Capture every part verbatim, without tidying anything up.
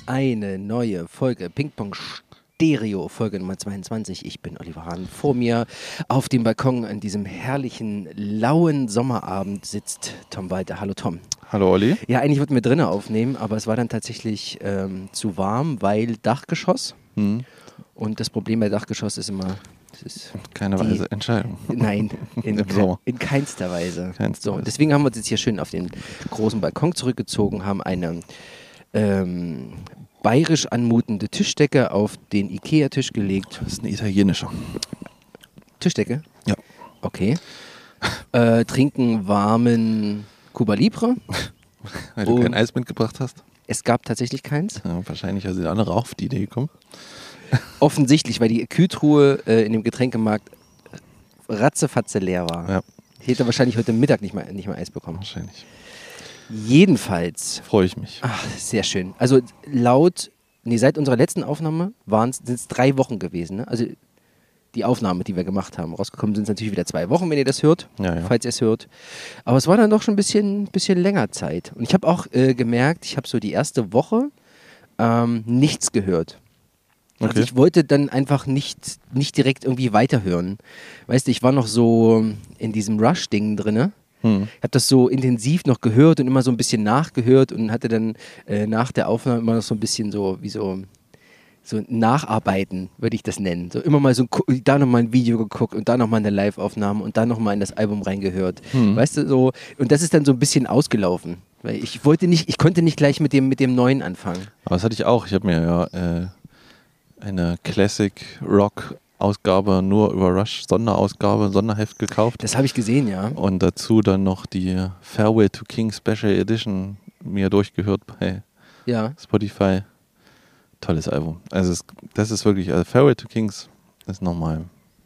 Eine neue Folge Ping-Pong Stereo, Folge Nummer zweiundzwanzig. Ich bin Oliver Hahn. Vor mir auf dem Balkon an diesem herrlichen, lauen Sommerabend sitzt Tom Walter. Hallo Tom. Hallo Olli. Ja, eigentlich wollten wir drinnen aufnehmen, aber es war dann tatsächlich ähm, zu warm, weil Dachgeschoss. Hm. Und das Problem bei Dachgeschoss ist immer... Das ist Keine die, weise Entscheidung. Nein, in, Im Sommer. in keinster Weise. Keinster so, Weise. Deswegen haben wir uns jetzt hier schön auf den großen Balkon zurückgezogen, haben eine ähm, bayerisch anmutende Tischdecke auf den Ikea-Tisch gelegt. Das ist eine italienische. Tischdecke? Ja. Okay. Äh, trinken warmen Cuba Libre. Weil du Und kein Eis mitgebracht hast. Es gab tatsächlich keins. Ja, wahrscheinlich sind andere auch auf die Idee gekommen. Offensichtlich, weil die Kühltruhe äh, in dem Getränkemarkt ratzefatze leer war. Ja. Ich hätte wahrscheinlich heute Mittag nicht mal, nicht mal Eis bekommen. Wahrscheinlich. Jedenfalls. Freue ich mich. Ach, sehr schön. Also laut, nee, seit unserer letzten Aufnahme sind es drei Wochen gewesen. Ne? Also die Aufnahme, die wir gemacht haben. Rausgekommen sind es natürlich wieder zwei Wochen, wenn ihr das hört, Ja, ja. falls ihr es hört. Aber es war dann doch schon ein bisschen, bisschen länger Zeit. Und ich habe auch äh, gemerkt, ich habe so die erste Woche ähm, nichts gehört. Also Okay. ich wollte dann einfach nicht, nicht direkt irgendwie weiterhören. Weißt du, ich war noch so in diesem Rush-Ding drinne. Hm. Ich habe das so intensiv noch gehört und immer so ein bisschen nachgehört und hatte dann äh, nach der Aufnahme immer noch so ein bisschen so, wie so, so Nacharbeiten, würde ich das nennen. So immer mal so, ein, da nochmal ein Video geguckt und da nochmal eine Live-Aufnahme und da nochmal in das Album reingehört. Hm. Weißt du, so, und das ist dann so ein bisschen ausgelaufen. Weil ich wollte nicht, ich konnte nicht gleich mit dem, mit dem Neuen anfangen. Aber das hatte ich auch. Ich habe mir ja äh, eine Classic Rock Ausgabe nur über Rush, Sonderausgabe, Sonderheft gekauft. Das habe ich gesehen, ja. Und dazu dann noch die Farewell to King Special Edition mir durchgehört bei Ja. Spotify. Tolles Album. Also es, das ist wirklich, also Farewell to Kings ist nochmal,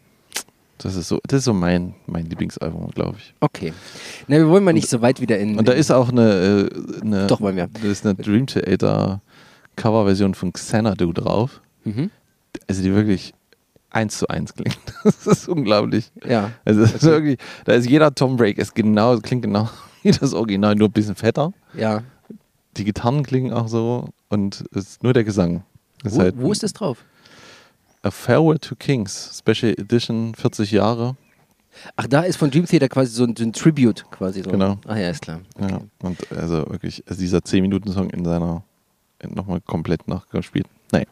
das ist so, das ist so mein, mein Lieblingsalbum, glaube ich. Okay. Na, wir wollen mal nicht so weit wieder in... Und da ist auch eine, äh, eine Doch, wollen wir. das ist eine Dream Theater Coverversion von Xanadu drauf. Mhm. Also die wirklich eins zu eins klingt. Das ist unglaublich. Ja. Also es ist Okay. wirklich, da ist jeder Tom Break, ist genau, klingt genau wie das Original, nur ein bisschen fetter. Ja. Die Gitarren klingen auch so und es ist nur der Gesang. Das Wo, halt wo ist das drauf? A Farewell to Kings Special Edition, vierzig Jahre. Ach, da ist von Dream Theater quasi so ein, so ein Tribute quasi. So. Genau. Ach ja, ist klar. Okay. Ja, und also wirklich, also dieser zehn Minuten Song in seiner, nochmal komplett nachgespielt. Nee.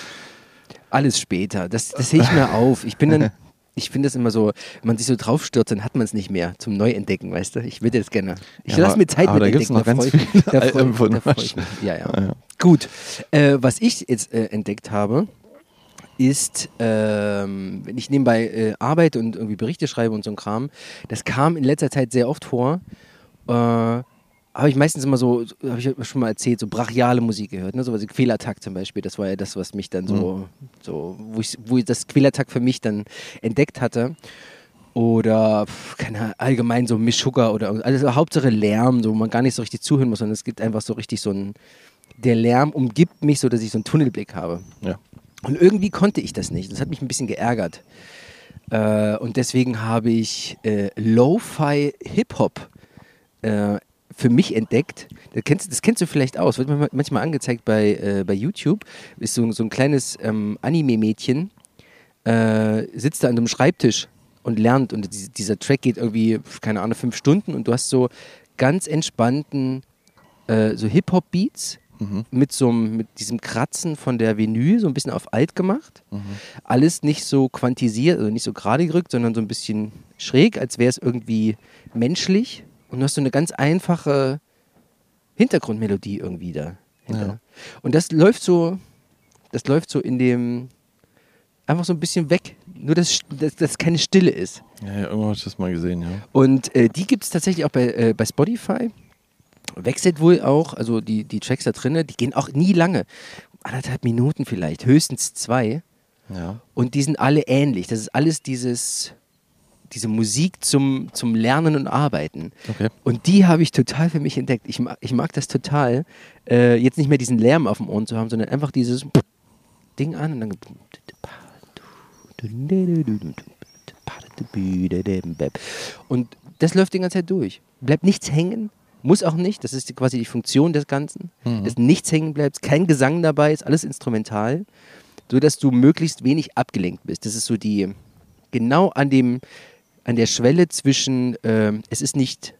Alles später. Das, das sehe ich mir auf. Ich bin dann... Ich finde das immer so, wenn man sich so draufstürzt, dann hat man es nicht mehr zum Neuentdecken, weißt du? Ich würde das gerne. Ich Ja, lasse mir Zeit aber mit da gibt's noch ganz freu ich- viele da freu, Alben von da freu Rush. ich mich. Ja, ja. Ah, ja. Gut. Äh, was ich jetzt äh, entdeckt habe, ist, ähm, wenn ich nebenbei äh, arbeite und irgendwie Berichte schreibe und so ein Kram, das kam in letzter Zeit sehr oft vor, äh, habe ich meistens immer so, so habe ich schon mal erzählt, so brachiale Musik gehört, ne? So was wie Quälertakt zum Beispiel, das war ja das, was mich dann so, so wo, ich, wo ich das Quälertakt für mich dann entdeckt hatte. Oder, pf, keine Ahnung, allgemein so Mischugger oder irgend- also Hauptsache Lärm, so wo man gar nicht so richtig zuhören muss, sondern es gibt einfach so richtig so ein, der Lärm umgibt mich so, dass ich so einen Tunnelblick habe. Ja. Und irgendwie konnte ich das nicht. Das hat mich ein bisschen geärgert. Äh, und deswegen habe ich äh, Lo-Fi Hip-Hop äh, für mich entdeckt. Das kennst, das kennst du vielleicht aus. Wird mir manchmal angezeigt bei, äh, bei YouTube. Ist so, so ein kleines ähm, Anime-Mädchen, äh, sitzt da an einem Schreibtisch und lernt. Und die, dieser Track geht irgendwie, keine Ahnung, fünf Stunden. Und du hast so ganz entspannten äh, so Hip-Hop-Beats. Mhm. Mit so einem, mit diesem Kratzen von der Vinyl so ein bisschen auf alt gemacht. Mhm. Alles nicht so quantisiert, also nicht so gerade gerückt, sondern so ein bisschen schräg, als wäre es irgendwie menschlich. Und du hast so eine ganz einfache Hintergrundmelodie irgendwie da. Ja. Und das läuft so, das läuft so in dem, einfach so ein bisschen weg. Nur, dass, dass, dass keine Stille ist. Ja, ja, irgendwann habe ich das mal gesehen, ja. Und äh, die gibt es tatsächlich auch bei, äh, bei Spotify. Wechselt wohl auch, also die, die Tracks da drin, die gehen auch nie lange. Anderthalb Minuten vielleicht, höchstens zwei. Ja. Und die sind alle ähnlich. Das ist alles dieses, diese Musik zum, zum Lernen und Arbeiten. Okay. Und die habe ich total für mich entdeckt. Ich mag, ich mag das total, äh, jetzt nicht mehr diesen Lärm auf dem Ohren zu haben, sondern einfach dieses Ding an und dann und das läuft die ganze Zeit durch. Bleibt nichts hängen. Muss auch nicht, das ist die, quasi die Funktion des Ganzen, Mhm. dass nichts hängen bleibt, kein Gesang dabei, ist alles instrumental, sodass du möglichst wenig abgelenkt bist. Das ist so die, genau an dem, an der Schwelle zwischen, ähm, es ist nicht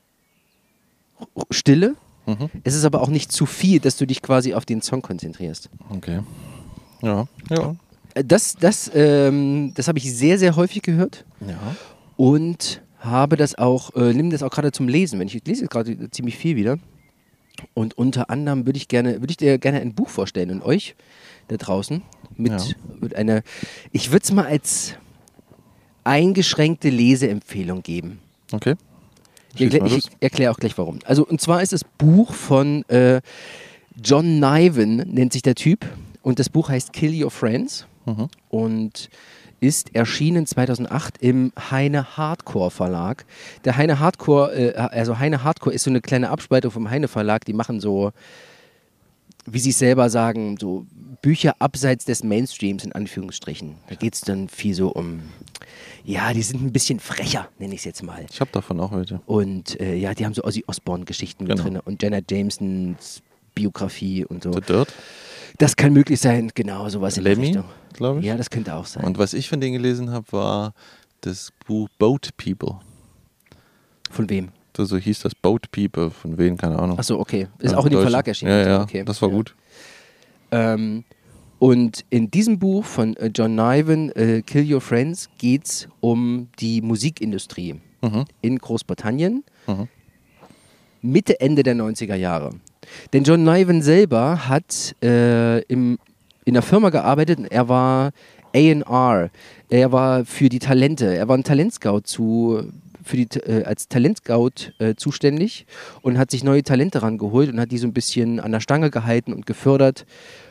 Stille, Mhm. es ist aber auch nicht zu viel, dass du dich quasi auf den Song konzentrierst. Okay. Ja, ja. Äh, Das, das, ähm, das habe ich sehr, sehr häufig gehört Ja. und habe das auch, äh, nimm das auch gerade zum Lesen. Wenn ich, ich lese jetzt gerade ziemlich viel wieder. Und unter anderem würde ich gerne, würde ich dir gerne ein Buch vorstellen und euch da draußen mit, Ja. mit einer, ich würde es mal als eingeschränkte Leseempfehlung geben. Okay. Ich Schieß erkläre mal ich los. erklär auch gleich warum. Also und zwar ist das Buch von äh, John Niven, nennt sich der Typ. Und das Buch heißt Kill Your Friends Mhm. und ist erschienen zweitausendacht im Heine Hardcore Verlag. Der Heine Hardcore, äh, also Heine Hardcore ist so eine kleine Abspaltung vom Heine Verlag. Die machen so, wie sie es selber sagen, so Bücher abseits des Mainstreams in Anführungsstrichen. Da geht es dann viel so um, ja, die sind ein bisschen frecher, nenne ich es jetzt mal. Ich habe davon auch heute. Und äh, ja, die haben so Ozzy Osbourne-Geschichten mit Genau. drin und Janet Jamesons Biografie und so. The Dirt. Das kann möglich sein, genau, sowas in die Lemmy, Richtung. glaube ich. Ja, das könnte auch sein. Und was ich von denen gelesen habe, war das Buch Boat People. Von wem? So, so hieß das Boat People, von wem, keine Ahnung. Achso, okay. Ist Ja, auch in dem Deutsch. Verlag erschienen. Ja, ja, okay. das war ja. gut. Ähm, und in diesem Buch von äh, John Niven, äh, Kill Your Friends, geht es um die Musikindustrie Mhm. in Großbritannien Mhm. Mitte, Ende der neunziger Jahre. Denn John Niven selber hat äh, im, in einer Firma gearbeitet und er war A and R. Er war für die Talente, er war ein Talentscout zu, für die, äh, als Talentscout äh, zuständig und hat sich neue Talente rangeholt und hat die so ein bisschen an der Stange gehalten und gefördert,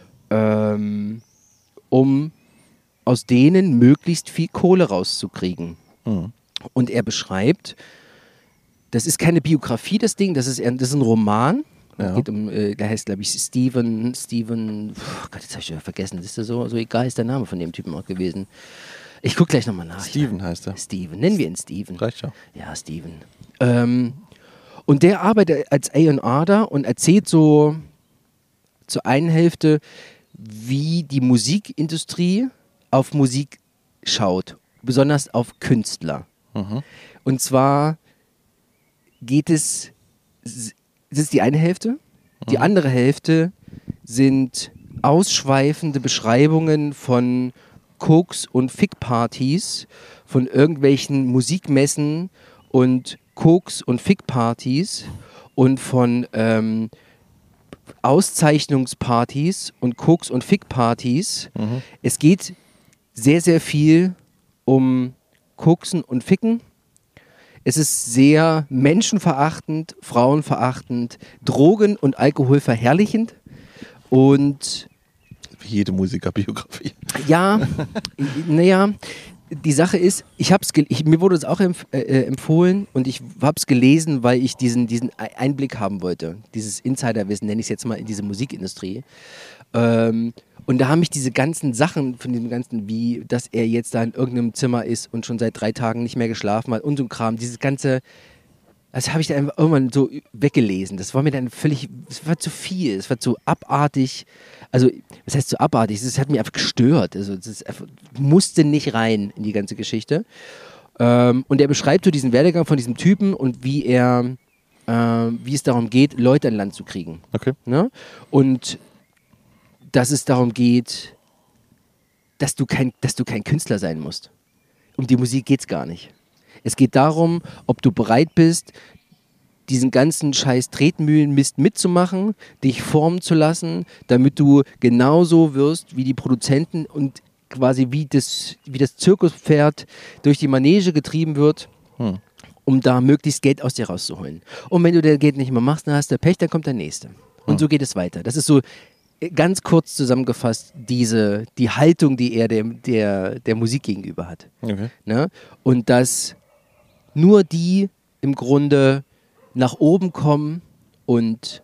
ähm, um aus denen möglichst viel Kohle rauszukriegen. Mhm. Und er beschreibt, das ist keine Biografie, das Ding, das ist, eher- das ist ein Roman. Ja. Geht um, äh, der heißt, glaube ich, Steven, Steven, pf, Gott, jetzt habe ich schon vergessen, das ist ja so, so egal ist der Name von dem Typen auch gewesen. Ich gucke gleich nochmal nach. Steven heißt er. Steven, nennen wir ihn Steven. Reicht ja. Ja, Steven. Ähm, und der arbeitet als A und R da und erzählt so zur einen Hälfte, wie die Musikindustrie auf Musik schaut, besonders auf Künstler. Mhm. Und zwar geht es, das ist die eine Hälfte, die andere Hälfte sind ausschweifende Beschreibungen von Koks- und Fick-Partys, von irgendwelchen Musikmessen und Koks- und Fick-Partys und von ähm, Auszeichnungspartys und Koks- und Fick-Partys. Mhm. Es geht sehr, sehr viel um Koksen und Ficken. Es ist sehr menschenverachtend, frauenverachtend, Drogen- und Alkohol verherrlichend. Und Wie jede Musikerbiografie. ja, naja, die Sache ist, ich hab's gel- ich, mir wurde es auch empf äh, äh, empfohlen und ich habe es gelesen, weil ich diesen, diesen Ei- Einblick haben wollte. Dieses Insiderwissen, nenne ich es jetzt mal, in diese Musikindustrie. Ähm, und da haben mich diese ganzen Sachen von diesem ganzen, wie, dass er jetzt da in irgendeinem Zimmer ist und schon seit drei Tagen nicht mehr geschlafen hat und so ein Kram, dieses ganze, das habe ich dann einfach irgendwann so weggelesen. Das war mir dann völlig, es war zu viel, es war zu abartig. Also, was heißt zu abartig? Es hat mich einfach gestört. Also, es ist einfach, musste nicht rein in die ganze Geschichte. Ähm, und er beschreibt so diesen Werdegang von diesem Typen und wie er, äh, wie es darum geht, Leute an Land zu kriegen. Okay. Ne? Und dass es darum geht, dass du kein, dass du kein Künstler sein musst. Um die Musik geht es gar nicht. Es geht darum, ob du bereit bist, diesen ganzen scheiß Tretmühlenmist mitzumachen, dich formen zu lassen, damit du genauso wirst wie die Produzenten und quasi wie das, wie das Zirkuspferd durch die Manege getrieben wird, Hm. um da möglichst Geld aus dir rauszuholen. Und wenn du das Geld nicht mehr machst, dann hast du Pech, dann kommt der Nächste. Und Hm. so geht es weiter. Das ist so äh, ganz kurz zusammengefasst diese, die Haltung, die er dem, der, der Musik gegenüber hat. Okay. Ne? Und dass nur die im Grunde nach oben kommen und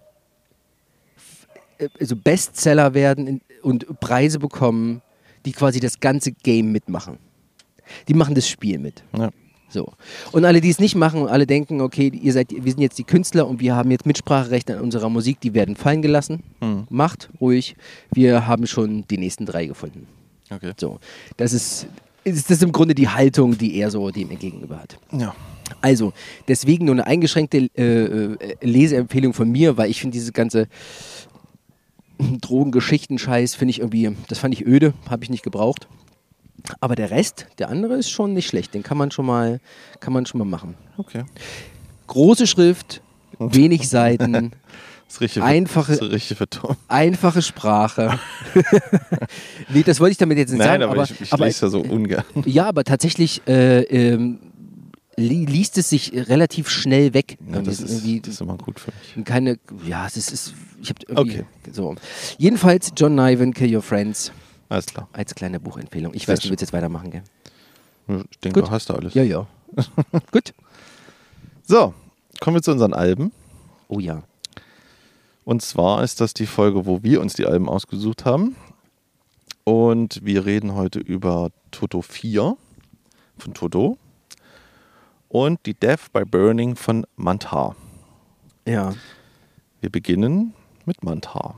f- äh, also Bestseller werden in- und Preise bekommen, die quasi das ganze Game mitmachen. Die machen das Spiel mit. Ja. So. Und alle, die es nicht machen und alle denken, okay, ihr seid, wir sind jetzt die Künstler und wir haben jetzt Mitspracherechte an unserer Musik, die werden fallen gelassen. Hm. Macht ruhig. Wir haben schon die nächsten drei gefunden. Okay. So. Das ist, ist das im Grunde die Haltung, die er so dem gegenüber hat. Ja. Also, deswegen nur eine eingeschränkte äh, äh, Leseempfehlung von mir, weil ich finde diese ganze Drogengeschichten-Scheiß, finde ich irgendwie, das fand ich öde, habe ich nicht gebraucht. Aber der Rest, der andere ist schon nicht schlecht, den kann man schon mal, kann man schon mal machen. Okay. Große Schrift, wenig Seiten, Das ist richtig einfache, das ist richtig für Tom. einfache Sprache. Nee, das wollte ich damit jetzt nicht Nein, sagen. aber, aber ich, ich aber, lese ja so ungern. Ja, aber tatsächlich äh, ähm, li liest es sich relativ schnell weg. Ja, das, irgendwie, ist, das ist immer gut für mich. Keine, ja, das ist, ich habe irgendwie, Okay. so. Jedenfalls John Niven, Kill Your Friends, Alles klar. als kleine Buchempfehlung. Ich Sehr weiß, du schön. willst jetzt weitermachen, gell? Ich denke, Gut. du hast da alles. Ja, ja. Gut. So, kommen wir zu unseren Alben. Oh ja. Und zwar ist das die Folge, wo wir uns die Alben ausgesucht haben. Und wir reden heute über Toto vier von Toto und die Death by Burning von Mantar. Ja. Wir beginnen mit Mantar.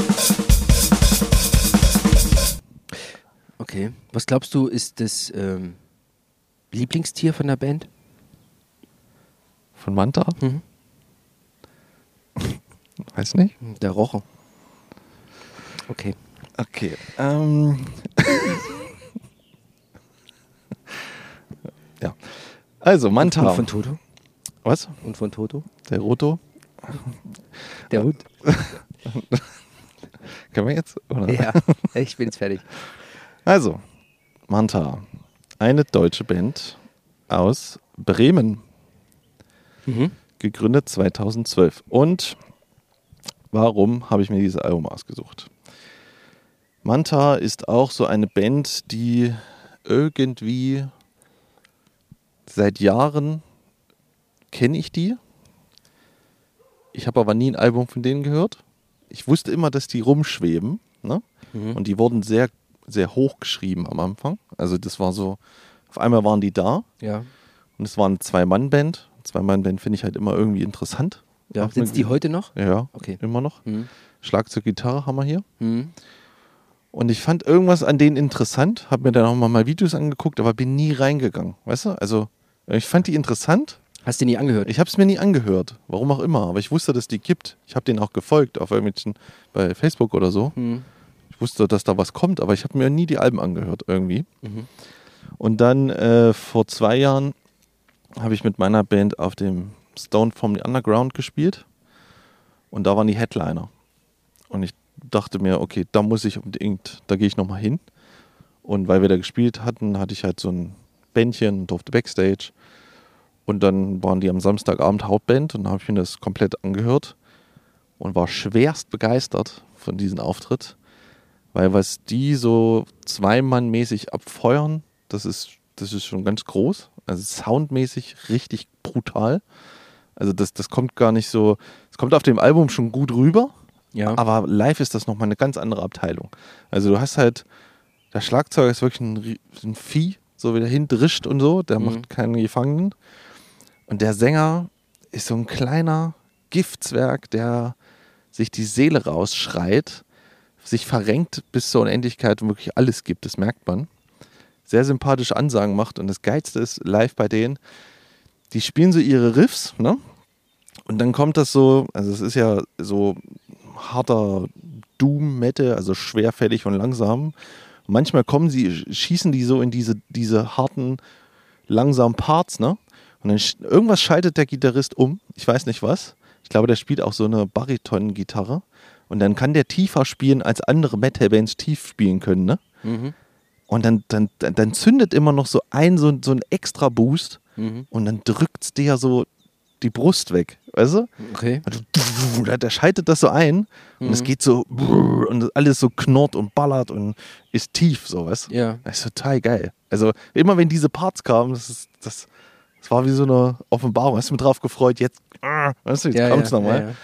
Okay. Was glaubst du, ist das ähm, Lieblingstier von der Band? Von Mantar? Mhm. Weiß nicht. Der Roche. Okay. Okay. Ähm. ja. Also, Mantar. Und von Toto? Was? Und von Toto? Der Roto? Der Hund? Können wir jetzt? Oder? Ja, ich bin jetzt fertig. Also, Mantar. Eine deutsche Band aus Bremen. Mhm. Gegründet zweitausendzwölf. Und warum habe ich mir dieses Album ausgesucht? Mantar ist auch so eine Band, die irgendwie seit Jahren kenne ich die. Ich habe aber nie ein Album von denen gehört. Ich wusste immer, dass die rumschweben. Ne? Mhm. Und die wurden sehr, sehr hoch geschrieben am Anfang. Also das war so, auf einmal waren die da. Ja. Und es war eine Zwei-Mann-Band. Zwei-Mann-Band finde ich halt immer irgendwie interessant. Ja. Macht Sind es mir- die heute noch? Ja, Okay. immer noch. Mhm. Schlagzeug, Gitarre haben wir hier. Mhm. Und ich fand irgendwas an denen interessant, habe mir dann auch mal, mal Videos angeguckt, aber bin nie reingegangen. Weißt du? Also ich fand die interessant. Hast du nie angehört? Ich habe es mir nie angehört, warum auch immer. Aber ich wusste, dass die gibt. Ich habe denen auch gefolgt auf irgendwelchen bei Facebook oder so. Mhm. Ich wusste, dass da was kommt, aber ich habe mir nie die Alben angehört irgendwie. Mhm. Und dann äh, vor zwei Jahren habe ich mit meiner Band auf dem Stone from the Underground gespielt. Und da waren die Headliner. Und ich dachte mir, okay, da muss ich unbedingt, da gehe ich nochmal hin. Und weil wir da gespielt hatten, hatte ich halt so ein Bändchen, durfte Backstage. Und dann waren die am Samstagabend Hauptband und da habe ich mir das komplett angehört und war schwerst begeistert von diesem Auftritt. Weil was die so zweimannmäßig abfeuern, das ist, das ist schon ganz groß. Also soundmäßig richtig brutal. Also das, das kommt gar nicht so, es kommt auf dem Album schon gut rüber. Ja. Aber live ist das nochmal eine ganz andere Abteilung. Also du hast halt, der Schlagzeuger ist wirklich ein, Rie- ein Vieh, so wie der hindrischt und so, der Mhm. macht keinen Gefangenen. Und der Sänger ist so ein kleiner Giftzwerg, der sich die Seele rausschreit, sich verrenkt bis zur Unendlichkeit und wirklich alles gibt, das merkt man. Sehr sympathische Ansagen macht und das Geilste ist live bei denen, die spielen so ihre Riffs, ne? Und dann kommt das so, also es ist ja so harter Doom-Metal, also schwerfällig und langsam. Und manchmal kommen sie, schießen die so in diese, diese harten, langsamen Parts, ne? Und dann sch- irgendwas schaltet der Gitarrist um, ich weiß nicht was. Ich glaube, der spielt auch so eine Bariton-Gitarre. Und dann kann der tiefer spielen, als andere Metal-Bands tief spielen können, ne? Mhm. Und dann, dann, dann, dann zündet immer noch so ein, so, so ein extra Boost Mhm. und dann drückt es dir so die Brust weg, weißt du? Okay. Also, der schaltet das so ein und Mhm. es geht so und alles so knurrt und ballert und ist tief, so, weißt du? Ja. Das ist total geil. Also immer wenn diese Parts kamen, das, ist, das, das war wie so eine Offenbarung. Hast du mich drauf gefreut, jetzt, äh, weißt du, jetzt Ja, kommt's ja, nochmal. ja, ja.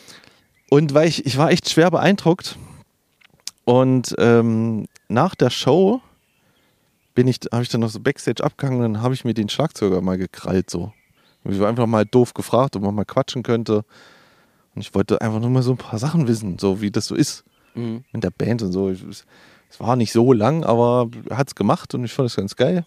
Und weil ich, ich war echt schwer beeindruckt und ähm, nach der Show bin ich, habe ich dann noch so Backstage abgehangen, dann habe ich mir den Schlagzeuger mal gekrallt so. Und ich war einfach mal doof gefragt, ob man mal quatschen könnte. Und ich wollte einfach nur mal so ein paar Sachen wissen, so wie das so ist Mhm. mit der Band und so. Es war nicht so lang, aber er hat es gemacht und ich fand es ganz geil.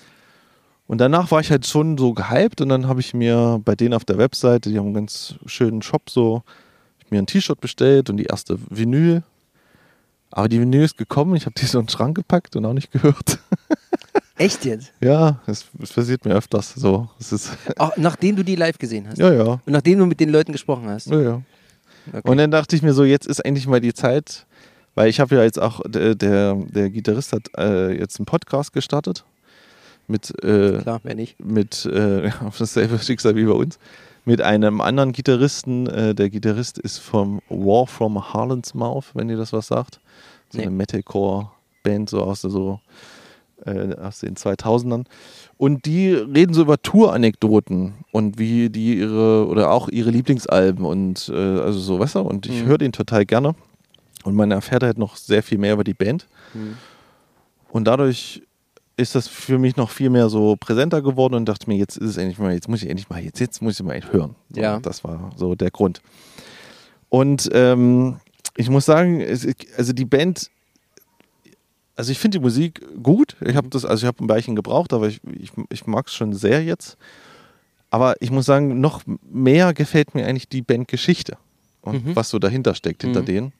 Und danach war ich halt schon so gehypt und dann habe ich mir bei denen auf der Webseite, die haben einen ganz schönen Shop so, mir ein T-Shirt bestellt und die erste Vinyl. Aber die Vinyl ist gekommen, ich habe die so in den Schrank gepackt und auch nicht gehört. Echt jetzt? Ja, es, es passiert mir öfters so. Es ist Auch nachdem du die live gesehen hast? ja, ja. Und nachdem du mit den Leuten gesprochen hast? Ja, ja. Okay. Und dann dachte ich mir so, jetzt ist endlich mal die Zeit, weil ich habe ja jetzt auch, der, der, der Gitarrist hat äh, jetzt einen Podcast gestartet mit, äh, Klar, wer nicht. mit äh, auf dasselbe Schicksal wie bei uns, mit einem anderen Gitarristen. Äh, der Gitarrist ist vom War from Harlan's Mouth, wenn ihr das was sagt. So Nee. eine Metalcore-Band so aus, so, äh, aus den zweitausendern. Und die reden so über Tour-Anekdoten und wie die ihre, oder auch ihre Lieblingsalben und äh, also so, weißt du, und ich Mhm. höre den total gerne. Und man erfährt halt noch sehr viel mehr über die Band. Mhm. Und dadurch ist das für mich noch viel mehr so präsenter geworden und dachte mir, jetzt ist es endlich mal, jetzt muss ich endlich mal, jetzt, jetzt muss ich mal hören. Ja. Und das war so der Grund. Und ähm, ich muss sagen, es, also die Band, also ich finde die Musik gut. Ich habe das, also ich habe ein Weilchen gebraucht, aber ich, ich, ich mag es schon sehr jetzt. Aber ich muss sagen, noch mehr gefällt mir eigentlich die Bandgeschichte und Mhm. was so dahinter steckt, hinter Mhm. denen.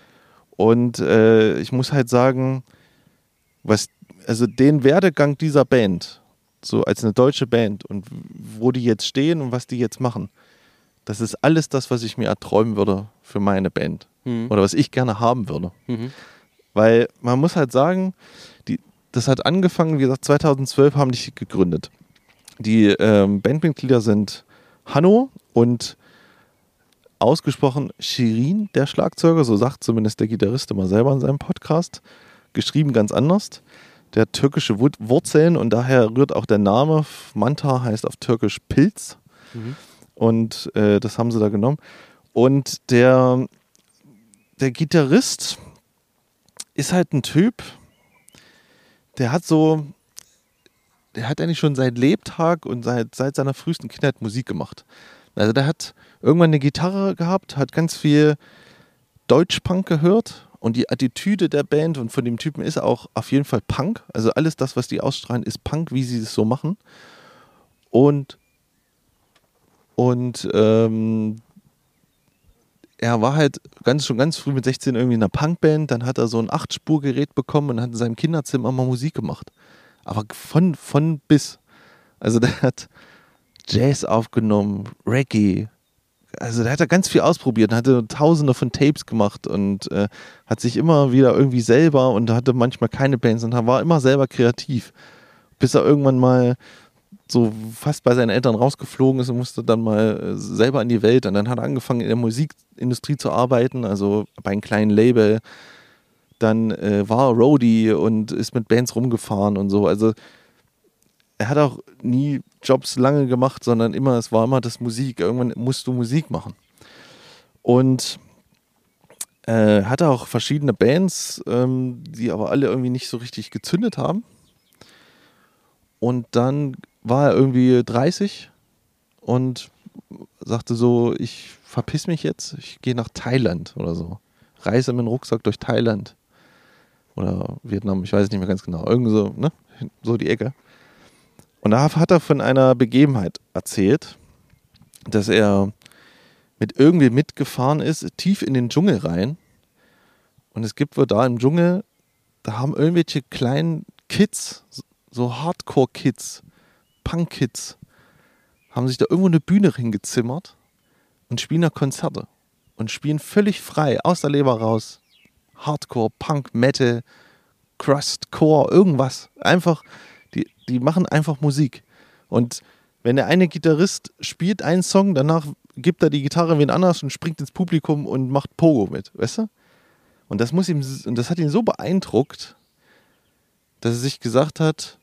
Und äh, ich muss halt sagen, was, also den Werdegang dieser Band, so als eine deutsche Band und wo die jetzt stehen und was die jetzt machen, das ist alles das, was ich mir erträumen würde für meine Band. Mhm. Oder was ich gerne haben würde. Mhm. Weil man muss halt sagen, die, das hat angefangen, wie gesagt, zweitausendzwölf haben die gegründet. Die ähm, Bandmitglieder sind Hanno und ausgesprochen Shirin, der Schlagzeuger, so sagt zumindest der Gitarrist immer selber in seinem Podcast, geschrieben ganz anders. Der hat türkische Wut- Wurzeln und daher rührt auch der Name. Mantar heißt auf Türkisch Pilz. Mhm. Und äh, das haben sie da genommen. Und der, der Gitarrist ist halt ein Typ, der hat so, der hat eigentlich schon seit Lebtag und seit, seit seiner frühesten Kindheit Musik gemacht. Also der hat irgendwann eine Gitarre gehabt, hat ganz viel Deutschpunk gehört und die Attitüde der Band und von dem Typen ist auch auf jeden Fall Punk. Also alles das, was die ausstrahlen, ist Punk, wie sie es so machen. Und Und ähm, er war halt ganz, schon ganz früh mit sechzehn irgendwie in einer Punkband. Dann hat er so ein Acht-Spur-Gerät bekommen und hat in seinem Kinderzimmer mal Musik gemacht. Aber von, von bis. Also der hat Jazz aufgenommen, Reggae. Also da hat er ganz viel ausprobiert, hatte tausende von Tapes gemacht und äh, hat sich immer wieder irgendwie selber und hatte manchmal keine Bands und war immer selber kreativ. Bis er irgendwann mal so fast bei seinen Eltern rausgeflogen ist und musste dann mal äh, selber in die Welt. Und dann hat er angefangen in der Musikindustrie zu arbeiten, also bei einem kleinen Label. Dann äh, war er Roadie und ist mit Bands rumgefahren und so. Also er hat auch nie Jobs lange gemacht, sondern immer, es war immer das Musik. Irgendwann musst du Musik machen. Und äh, hatte auch verschiedene Bands, ähm, die aber alle irgendwie nicht so richtig gezündet haben. Und dann war er irgendwie dreißig und sagte so, ich verpiss mich jetzt, ich gehe nach Thailand oder so. Reise mit dem Rucksack durch Thailand. Oder Vietnam, ich weiß es nicht mehr ganz genau. Irgend so, ne? So die Ecke. Und da hat er von einer Begebenheit erzählt, dass er mit irgendwie mitgefahren ist, tief in den Dschungel rein. Und es gibt wohl da im Dschungel, da haben irgendwelche kleinen Kids, so Hardcore-Kids, Punk-Kids, haben sich da irgendwo eine Bühne hingezimmert und spielen da Konzerte. Und spielen völlig frei, aus der Leber raus. Hardcore, Punk, Metal, Crust, Core, irgendwas. Einfach, die, die machen einfach Musik. Und wenn der eine Gitarrist spielt einen Song, danach gibt er die Gitarre wen anders und springt ins Publikum und macht Pogo mit, weißt du? Und das muss ihm, und das hat ihn so beeindruckt, dass er sich gesagt hat,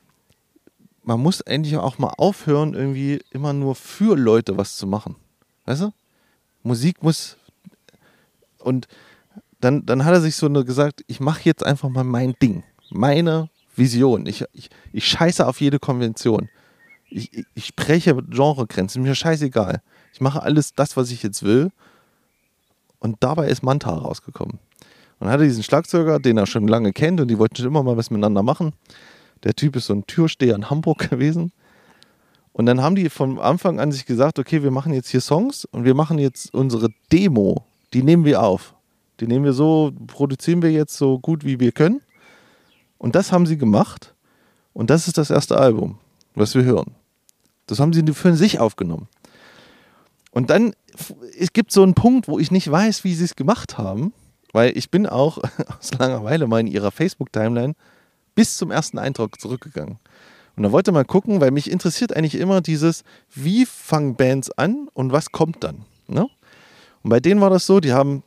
man muss eigentlich auch mal aufhören, irgendwie immer nur für Leute was zu machen. Weißt du? Musik muss. Und dann, dann hat er sich so nur gesagt, ich mache jetzt einfach mal mein Ding. Meine Vision. Ich, ich, ich scheiße auf jede Konvention. Ich, ich, ich spreche Genregrenzen, mir scheißegal. Ich mache alles das, was ich jetzt will. Und dabei ist Manta rausgekommen. Und dann hat er diesen Schlagzeuger, den er schon lange kennt und die wollten schon immer mal was miteinander machen. Der Typ ist so ein Türsteher in Hamburg gewesen. Und dann haben die von Anfang an sich gesagt, okay, wir machen jetzt hier Songs und wir machen jetzt unsere Demo, die nehmen wir auf. Die nehmen wir so, produzieren wir jetzt so gut wie wir können. Und das haben sie gemacht. Und das ist das erste Album, was wir hören. Das haben sie für sich aufgenommen. Und dann, es gibt so einen Punkt, wo ich nicht weiß, wie sie es gemacht haben, weil ich bin auch aus Langeweile mal in ihrer Facebook-Timeline bis zum ersten Eindruck zurückgegangen. Und da wollte mal gucken, weil mich interessiert eigentlich immer dieses, wie fangen Bands an und was kommt dann. Ne? Und bei denen war das so, die haben,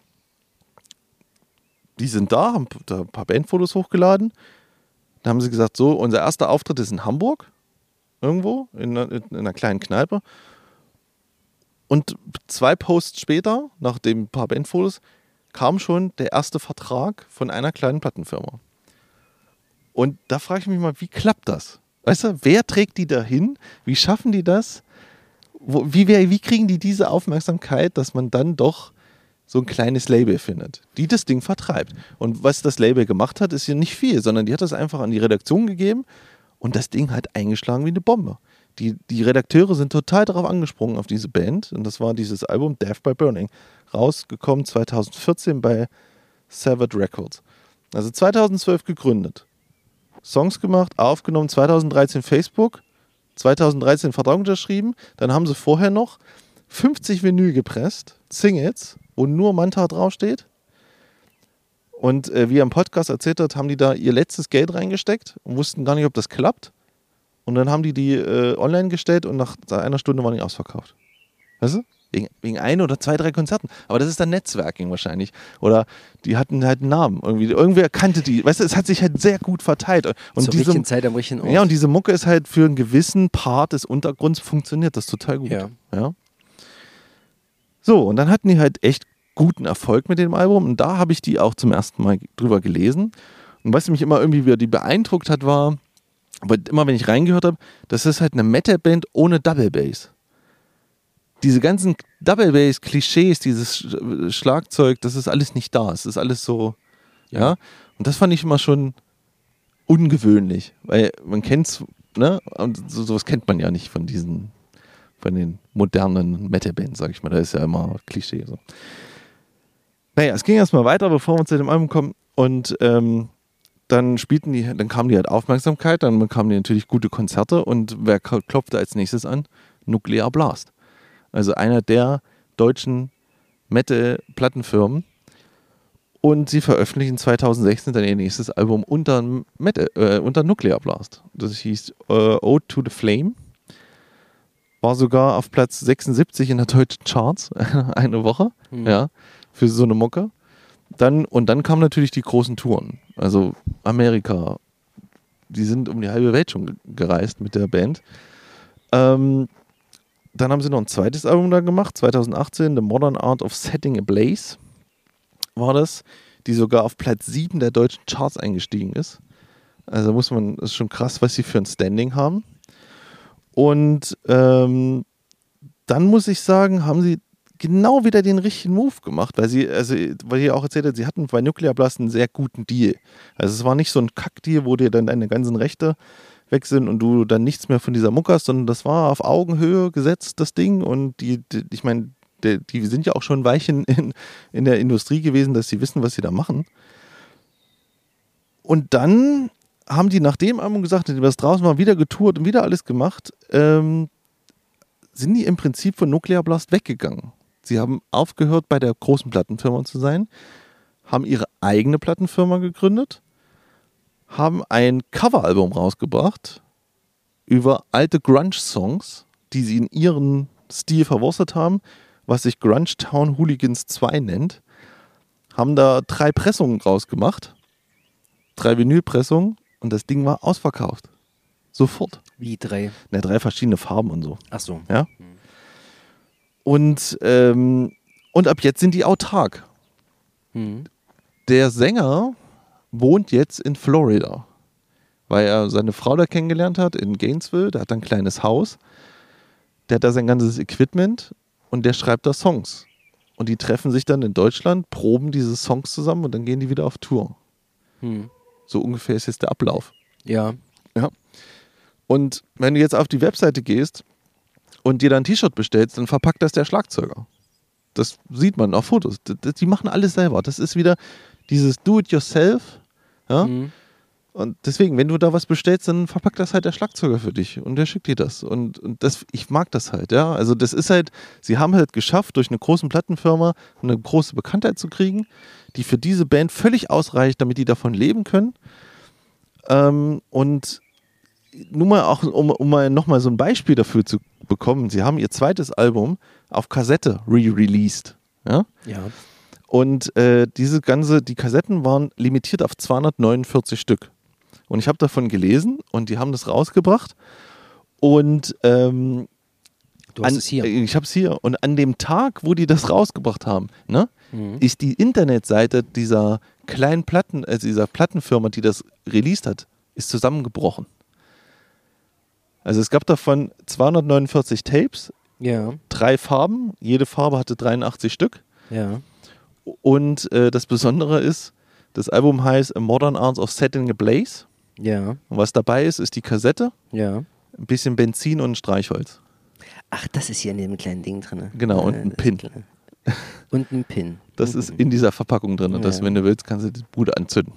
die sind da, haben da ein paar Bandfotos hochgeladen. Da haben sie gesagt, so, unser erster Auftritt ist in Hamburg, irgendwo, in einer, in einer kleinen Kneipe. Und zwei Posts später, nach den paar Bandfotos, kam schon der erste Vertrag von einer kleinen Plattenfirma. Und da frage ich mich mal, wie klappt das? Weißt du, wer trägt die dahin? Wie schaffen die das? Wo, wie, wie kriegen die diese Aufmerksamkeit, dass man dann doch so ein kleines Label findet, die das Ding vertreibt? Und was das Label gemacht hat, ist hier nicht viel, sondern die hat das einfach an die Redaktion gegeben und das Ding hat eingeschlagen wie eine Bombe. Die, die Redakteure sind total darauf angesprungen, auf diese Band. Und das war dieses Album Death by Burning. Rausgekommen zweitausendvierzehn bei Savage Records. Also zweitausendzwölf gegründet. Songs gemacht, aufgenommen, zweitausenddreizehn Facebook, zweitausenddreizehn Vertrag unterschrieben. Dann haben sie vorher noch fünfzig Vinyl gepresst, Singles, wo nur Manta draufsteht. Und äh, wie er im Podcast erzählt hat, haben die da ihr letztes Geld reingesteckt und wussten gar nicht, ob das klappt. Und dann haben die die äh, online gestellt und nach einer Stunde waren die ausverkauft. Weißt du? Wegen, wegen ein oder zwei, drei Konzerten. Aber das ist dann Netzwerking wahrscheinlich. Oder die hatten halt einen Namen. Irgendwie. Irgendwer kannte die. Weißt du, es hat sich halt sehr gut verteilt. Und Zur diese, richtigen Zeit am richtigen Ort. Ja, und diese Mucke ist halt für einen gewissen Part des Untergrunds funktioniert. Das ist total gut. Ja. Ja. So, und dann hatten die halt echt guten Erfolg mit dem Album. Und da habe ich die auch zum ersten Mal drüber gelesen. Und was mich immer irgendwie wieder die beeindruckt hat, war, aber immer wenn ich reingehört habe, das ist halt eine Metal-Band ohne Double Bass. Diese ganzen Double Bass-Klischees, dieses Schlagzeug, das ist alles nicht da. Es ist alles so, ja. ja. Und das fand ich immer schon ungewöhnlich, weil man kennt's, ne? Und so, sowas kennt man ja nicht von diesen, von den modernen Metal-Bands, sag ich mal. Da ist ja immer Klischee. So. Naja, es ging erstmal weiter, bevor wir zu dem Album kommen. Und ähm, dann spielten die, dann kam die halt Aufmerksamkeit, dann bekamen die natürlich gute Konzerte und wer klopfte als nächstes an? Nuclear Blast. Also einer der deutschen Metal-Plattenfirmen. Und sie veröffentlichen zweitausendsechzehn dann ihr nächstes Album unter, Metal, äh, unter Nuclear Blast. Das hieß äh, Ode to the Flame. War sogar auf Platz sechsundsiebzig in der deutschen Charts eine Woche. Mhm. Ja, für so eine Mucke. Dann, und dann kamen natürlich die großen Touren. Also Amerika. Die sind um die halbe Welt schon gereist mit der Band. Ähm, dann haben sie noch ein zweites Album da gemacht, zweitausendachtzehn, The Modern Art of Setting a Blaze war das, die sogar auf Platz sieben der deutschen Charts eingestiegen ist. Also muss man, das ist schon krass, was sie für ein Standing haben. Und ähm, dann muss ich sagen, haben sie genau wieder den richtigen Move gemacht, weil sie, also, weil ihr auch erzählt hat, sie hatten bei Nuclear Blast einen sehr guten Deal. Also es war nicht so ein Kackdeal, wo dir dann deine ganzen Rechte weg sind und du dann nichts mehr von dieser Mucke hast, sondern das war auf Augenhöhe gesetzt, das Ding. Und die, die ich meine, die, die sind ja auch schon Weichen in, in der Industrie gewesen, dass sie wissen, was sie da machen. Und dann haben die nach dem Album gesagt, die was draußen war, wieder getourt und wieder alles gemacht, ähm, sind die im Prinzip von Nuclear Blast weggegangen. Sie haben aufgehört, bei der großen Plattenfirma zu sein, haben ihre eigene Plattenfirma gegründet, haben ein Coveralbum rausgebracht über alte Grunge-Songs, die sie in ihren Stil verwurstet haben, was sich Grunge Town Hooligans zwei nennt, haben da drei Pressungen rausgemacht, drei Vinylpressungen und das Ding war ausverkauft. Sofort. Wie drei? Ne, drei verschiedene Farben und so. Ach so. Ja. Und, ähm, und ab jetzt sind die autark. Hm. Der Sänger wohnt jetzt in Florida. weil er seine Frau da kennengelernt hat in Gainesville. Der hat ein kleines Haus. Der hat da sein ganzes Equipment und der schreibt da Songs. Und die treffen sich dann in Deutschland, proben diese Songs zusammen und dann gehen die wieder auf Tour. Hm. So ungefähr ist jetzt der Ablauf. Ja. Ja. Und wenn du jetzt auf die Webseite gehst und dir dann ein T-Shirt bestellst, dann verpackt das der Schlagzeuger. Das sieht man auf Fotos. Die, die machen alles selber. Das ist wieder dieses Do-it-yourself. Ja? Mhm. Und deswegen, wenn du da was bestellst, dann verpackt das halt der Schlagzeuger für dich und der schickt dir das. Und, und das, ich mag das halt, ja. Also das ist halt, sie haben halt geschafft, durch eine große Plattenfirma eine große Bekanntheit zu kriegen, die für diese Band völlig ausreicht, damit die davon leben können. Ähm, und nur mal auch, um, um mal nochmal so ein Beispiel dafür zu bekommen, sie haben ihr zweites Album auf Kassette re-released. Ja? Ja. Und äh, diese ganze, die Kassetten waren limitiert auf zweihundertneunundvierzig Stück. Und ich habe davon gelesen und die haben das rausgebracht. Und ähm, Du hast an, es hier. ich habe es hier. Und an dem Tag, wo die das rausgebracht haben, ne, Mhm. ist die Internetseite dieser kleinen Platten, also dieser Plattenfirma, die das released hat, ist zusammengebrochen. Also es gab davon zweihundertneunundvierzig Tapes, Ja. drei Farben, jede Farbe hatte dreiundachtzig Stück. Ja. Und äh, das Besondere ist, das Album heißt A Modern Art of Setting a Blaze. Ja. Und was dabei ist, ist die Kassette, Ja. ein bisschen Benzin und ein Streichholz. Ach, das ist hier in dem kleinen Ding drin. Genau, und ein Pin. Und ein Pin. Das ist in dieser Verpackung drin. Und das, Ja. wenn du willst, kannst du die Bude anzünden.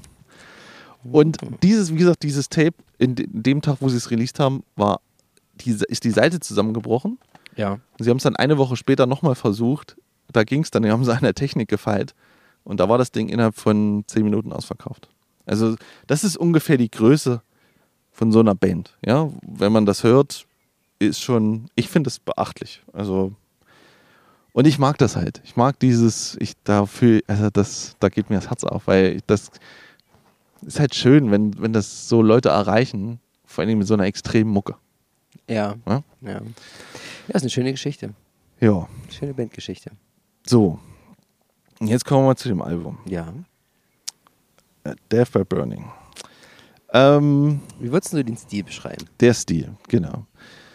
Und dieses, wie gesagt, dieses Tape, in de- dem Tag, wo sie es released haben, war die, ist die Seite zusammengebrochen. Ja. Sie haben es dann eine Woche später nochmal versucht. Da ging es dann, die haben sie an der Technik gefeilt. Und da war das Ding innerhalb von zehn Minuten ausverkauft. Also das ist ungefähr die Größe von so einer Band. Ja? Wenn man das hört, ist schon, ich finde es beachtlich. Also, und ich mag das halt. Ich mag dieses, ich dafür, also das, da geht mir das Herz auf, weil das ist halt schön, wenn, wenn das so Leute erreichen, vor allem mit so einer extremen Mucke. Ja. Ja? Ja. Ja, ist eine schöne Geschichte. Ja, Schöne Bandgeschichte. so. Und jetzt kommen wir mal zu dem Album. Ja. Äh, Death by Burning. Ähm, Wie würdest du den Stil beschreiben? der Stil, genau.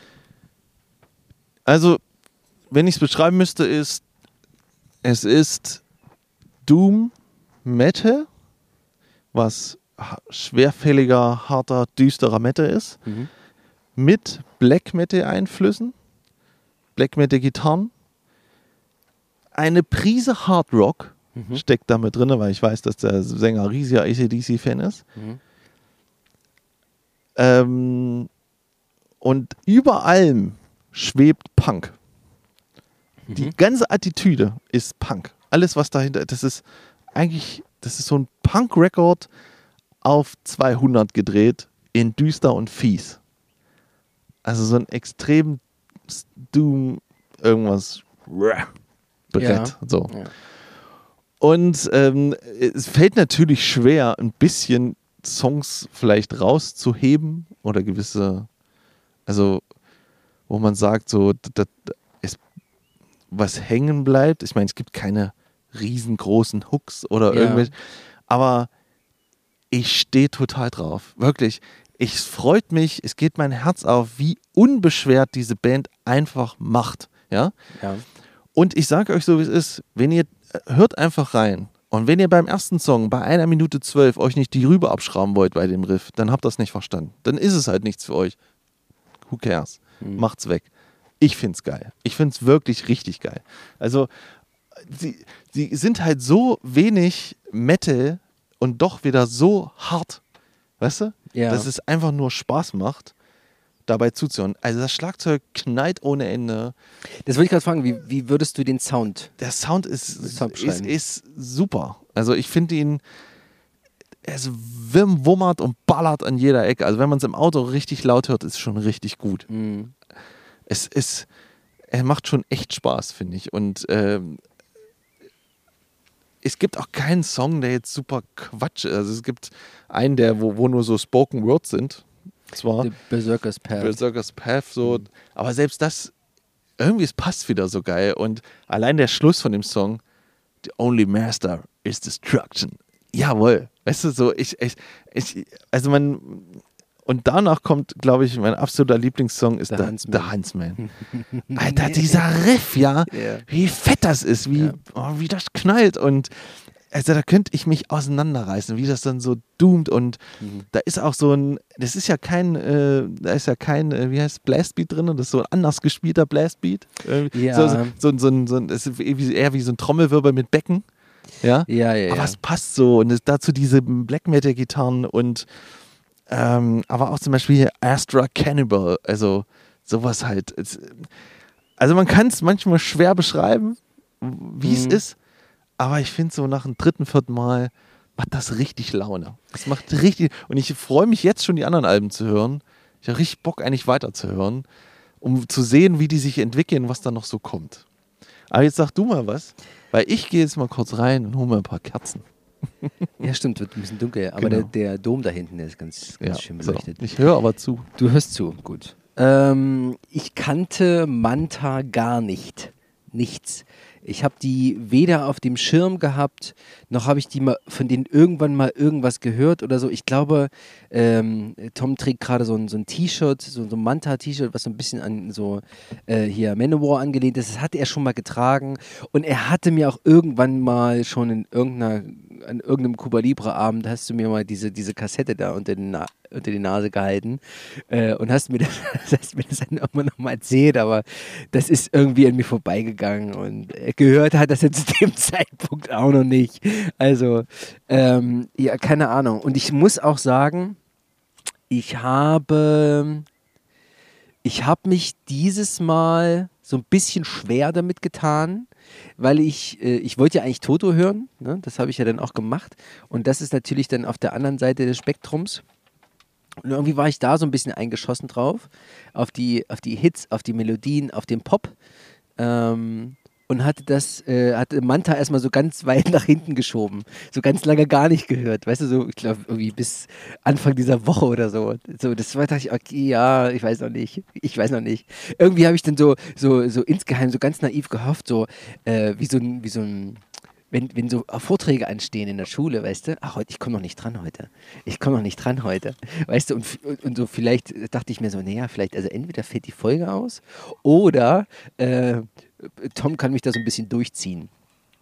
Also, wenn ich es beschreiben müsste, ist, es ist Doom Metal, was ha- schwerfälliger, harter, düsterer Metal ist, Mhm. mit Black Metal Einflüssen, Black Metal Gitarren, eine Prise Hard Rock Mhm. steckt da mit drin, weil ich weiß, dass der Sänger riesiger A C D C-Fan ist. Mhm. Ähm, und über allem schwebt Punk. Die Mhm. ganze Attitüde ist Punk. Alles, was dahinter, das ist eigentlich, das ist so ein Punk-Record auf zweihundert gedreht, in düster und fies. Also so ein extrem Doom irgendwas Brett. Ja. So. Ja. Und ähm, es fällt natürlich schwer, ein bisschen Songs vielleicht rauszuheben oder gewisse, also wo man sagt, so, dass es was hängen bleibt. Ich meine, es gibt keine riesengroßen Hooks oder Ja. irgendwelche, aber ich stehe total drauf. Wirklich. Es freut mich, es geht mein Herz auf, wie unbeschwert diese Band einfach macht. Ja? Ja. Und ich sage euch so, wie es ist, wenn ihr, hört einfach rein. Und wenn ihr beim ersten Song bei einer Minute zwölf euch nicht die Rübe abschrauben wollt bei dem Riff, dann habt ihr das nicht verstanden. Dann ist es halt nichts für euch. Who cares? Mhm. Macht's weg. Ich find's geil. Ich find's wirklich richtig geil. Also, sie, sie sind halt so wenig Metal und doch wieder so hart. Weißt du? Ja. Dass es einfach nur Spaß macht, dabei zuzuhören. Also das Schlagzeug knallt ohne Ende. Das wollte ich gerade fragen, wie, wie würdest du den Sound? Der Sound ist, Sound ist, beschreiben. ist super. Also ich finde ihn, es wim, wummert und ballert an jeder Ecke. Also wenn man es im Auto richtig laut hört, ist es schon richtig gut. Mhm. Es ist, er macht schon echt Spaß, finde ich. Und ähm, es gibt auch keinen Song, der jetzt super Quatsch ist. Also es gibt einen, der, wo, wo nur so Spoken Words sind. Zwar The Berserker's Path. Berserker's Path, so. Aber selbst das, irgendwie, es passt wieder so geil. Und allein der Schluss von dem Song, The only master is destruction. Jawohl. Weißt du, so, ich, ich, ich also man, und danach kommt, glaube ich, mein absoluter Lieblingssong ist The Huntsman. Huntsman. Alter, dieser Riff, ja, yeah. Wie fett das ist, wie, ja. oh, wie das knallt und also da könnte ich mich auseinanderreißen, wie das dann so doomt und mhm. da ist auch so ein, das ist ja kein, äh, da ist ja kein, äh, wie heißt Blastbeat drin, das ist so ein anders gespielter Blastbeat. Äh, ja. So, so, so, so, ein, so ein, das ist eher wie so ein Trommelwirbel mit Becken. Ja, ja, ja. Aber ja. es passt so und es, dazu diese Black Metal Gitarren und ähm, aber auch zum Beispiel hier Astra Cannibal, also sowas halt. Es, also man kann es manchmal schwer beschreiben, wie es mhm. ist. Aber ich finde so nach dem dritten, vierten Mal macht das richtig Laune. Das macht richtig, und ich freue mich jetzt schon, die anderen Alben zu hören. Ich habe richtig Bock, eigentlich weiterzuhören, um zu sehen, wie die sich entwickeln, was da noch so kommt. Aber jetzt sag du mal was, weil ich gehe jetzt mal kurz rein und hole mir ein paar Kerzen. Ja, stimmt, wird ein bisschen dunkel, aber genau. der, der Dom da hinten, der ist ganz, ganz ja, schön beleuchtet. So. Ich höre aber zu. Du hörst zu, gut. Ähm, ich kannte Manta gar nicht. Nichts. Ich habe die weder auf dem Schirm gehabt, noch habe ich die mal von denen irgendwann mal irgendwas gehört oder so. Ich glaube, ähm, Tom trägt gerade so ein, so ein T-Shirt, so, so ein Manta-T-Shirt, was so ein bisschen an so äh, hier Manowar angelehnt ist. Das hatte er schon mal getragen und er hatte mir auch irgendwann mal schon in irgendeiner, an irgendeinem Cuba Libre Abend hast du mir mal diese, diese Kassette da unter den, Na- unter die Nase gehalten äh, und hast mir das, hast mir das dann irgendwann nochmal erzählt, aber das ist irgendwie an mir vorbeigegangen und gehört hat das jetzt zu dem Zeitpunkt auch noch nicht. Also, ähm, ja, keine Ahnung. Und ich muss auch sagen, ich habe, ich habe mich dieses Mal so ein bisschen schwer damit getan, weil ich, äh, ich wollte ja eigentlich Toto hören, ne? Das habe ich ja dann auch gemacht. Und das ist natürlich dann auf der anderen Seite des Spektrums. Und irgendwie war ich da so ein bisschen eingeschossen drauf, auf die, auf die Hits, auf die Melodien, auf den Pop. Ähm, und hatte das, äh, hatte Manta erstmal so ganz weit nach hinten geschoben. So ganz lange gar nicht gehört. Weißt du, so, ich glaube, irgendwie bis Anfang dieser Woche oder so. So, das war, dachte ich, okay, ja, ich weiß noch nicht. Ich weiß noch nicht. Irgendwie habe ich dann so, so, so insgeheim, so ganz naiv gehofft, so, äh, wie so ein, wie so ein, wenn, wenn so Vorträge anstehen in der Schule, weißt du, ach, heute, ich komme noch nicht dran heute. Ich komme noch nicht dran heute. Weißt du, und, und so vielleicht dachte ich mir so, naja, vielleicht, also entweder fällt die Folge aus oder äh, Tom kann mich da so ein bisschen durchziehen.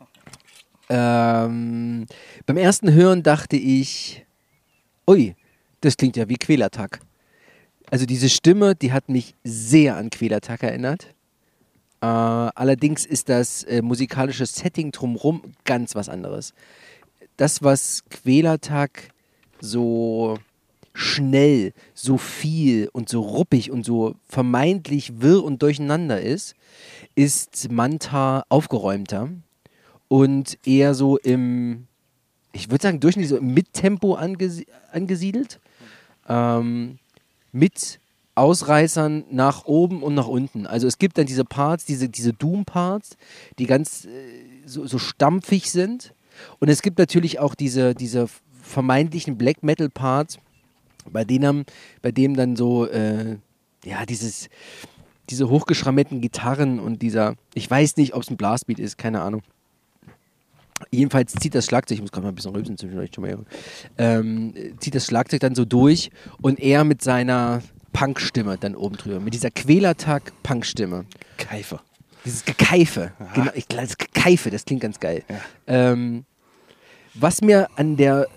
Ähm, beim ersten Hören dachte ich, ui, das klingt ja wie Quälertag. Also diese Stimme, die hat mich sehr an Quälertag erinnert. Äh, allerdings ist das äh, musikalische Setting drumherum ganz was anderes. Das, was Quälertag so schnell, so viel und so ruppig und so vermeintlich wirr und durcheinander ist, ist Manta aufgeräumter und eher so im, ich würde sagen, durchschnittlich so im Mittempo angesi- angesiedelt. Ähm, mit Ausreißern nach oben und nach unten. Also es gibt dann diese Parts, diese, diese Doom-Parts, die ganz äh, so, so stampfig sind. Und es gibt natürlich auch diese, diese vermeintlichen Black Metal-Parts, bei denen, bei dem dann so, äh, ja, dieses, diese hochgeschrammelten Gitarren und dieser, ich weiß nicht, ob es ein Blastbeat ist, keine Ahnung. Jedenfalls zieht das Schlagzeug, ich muss gerade mal ein bisschen rülpsen zwischendurch schon mal, ähm, zieht das Schlagzeug dann so durch und er mit seiner Punkstimme dann oben drüber, mit dieser Quälertag-Punkstimme. Keife. Dieses Gekeife, Aha. genau, ich, das Gekeife, das klingt ganz geil. Ja. Ähm, was mir an der,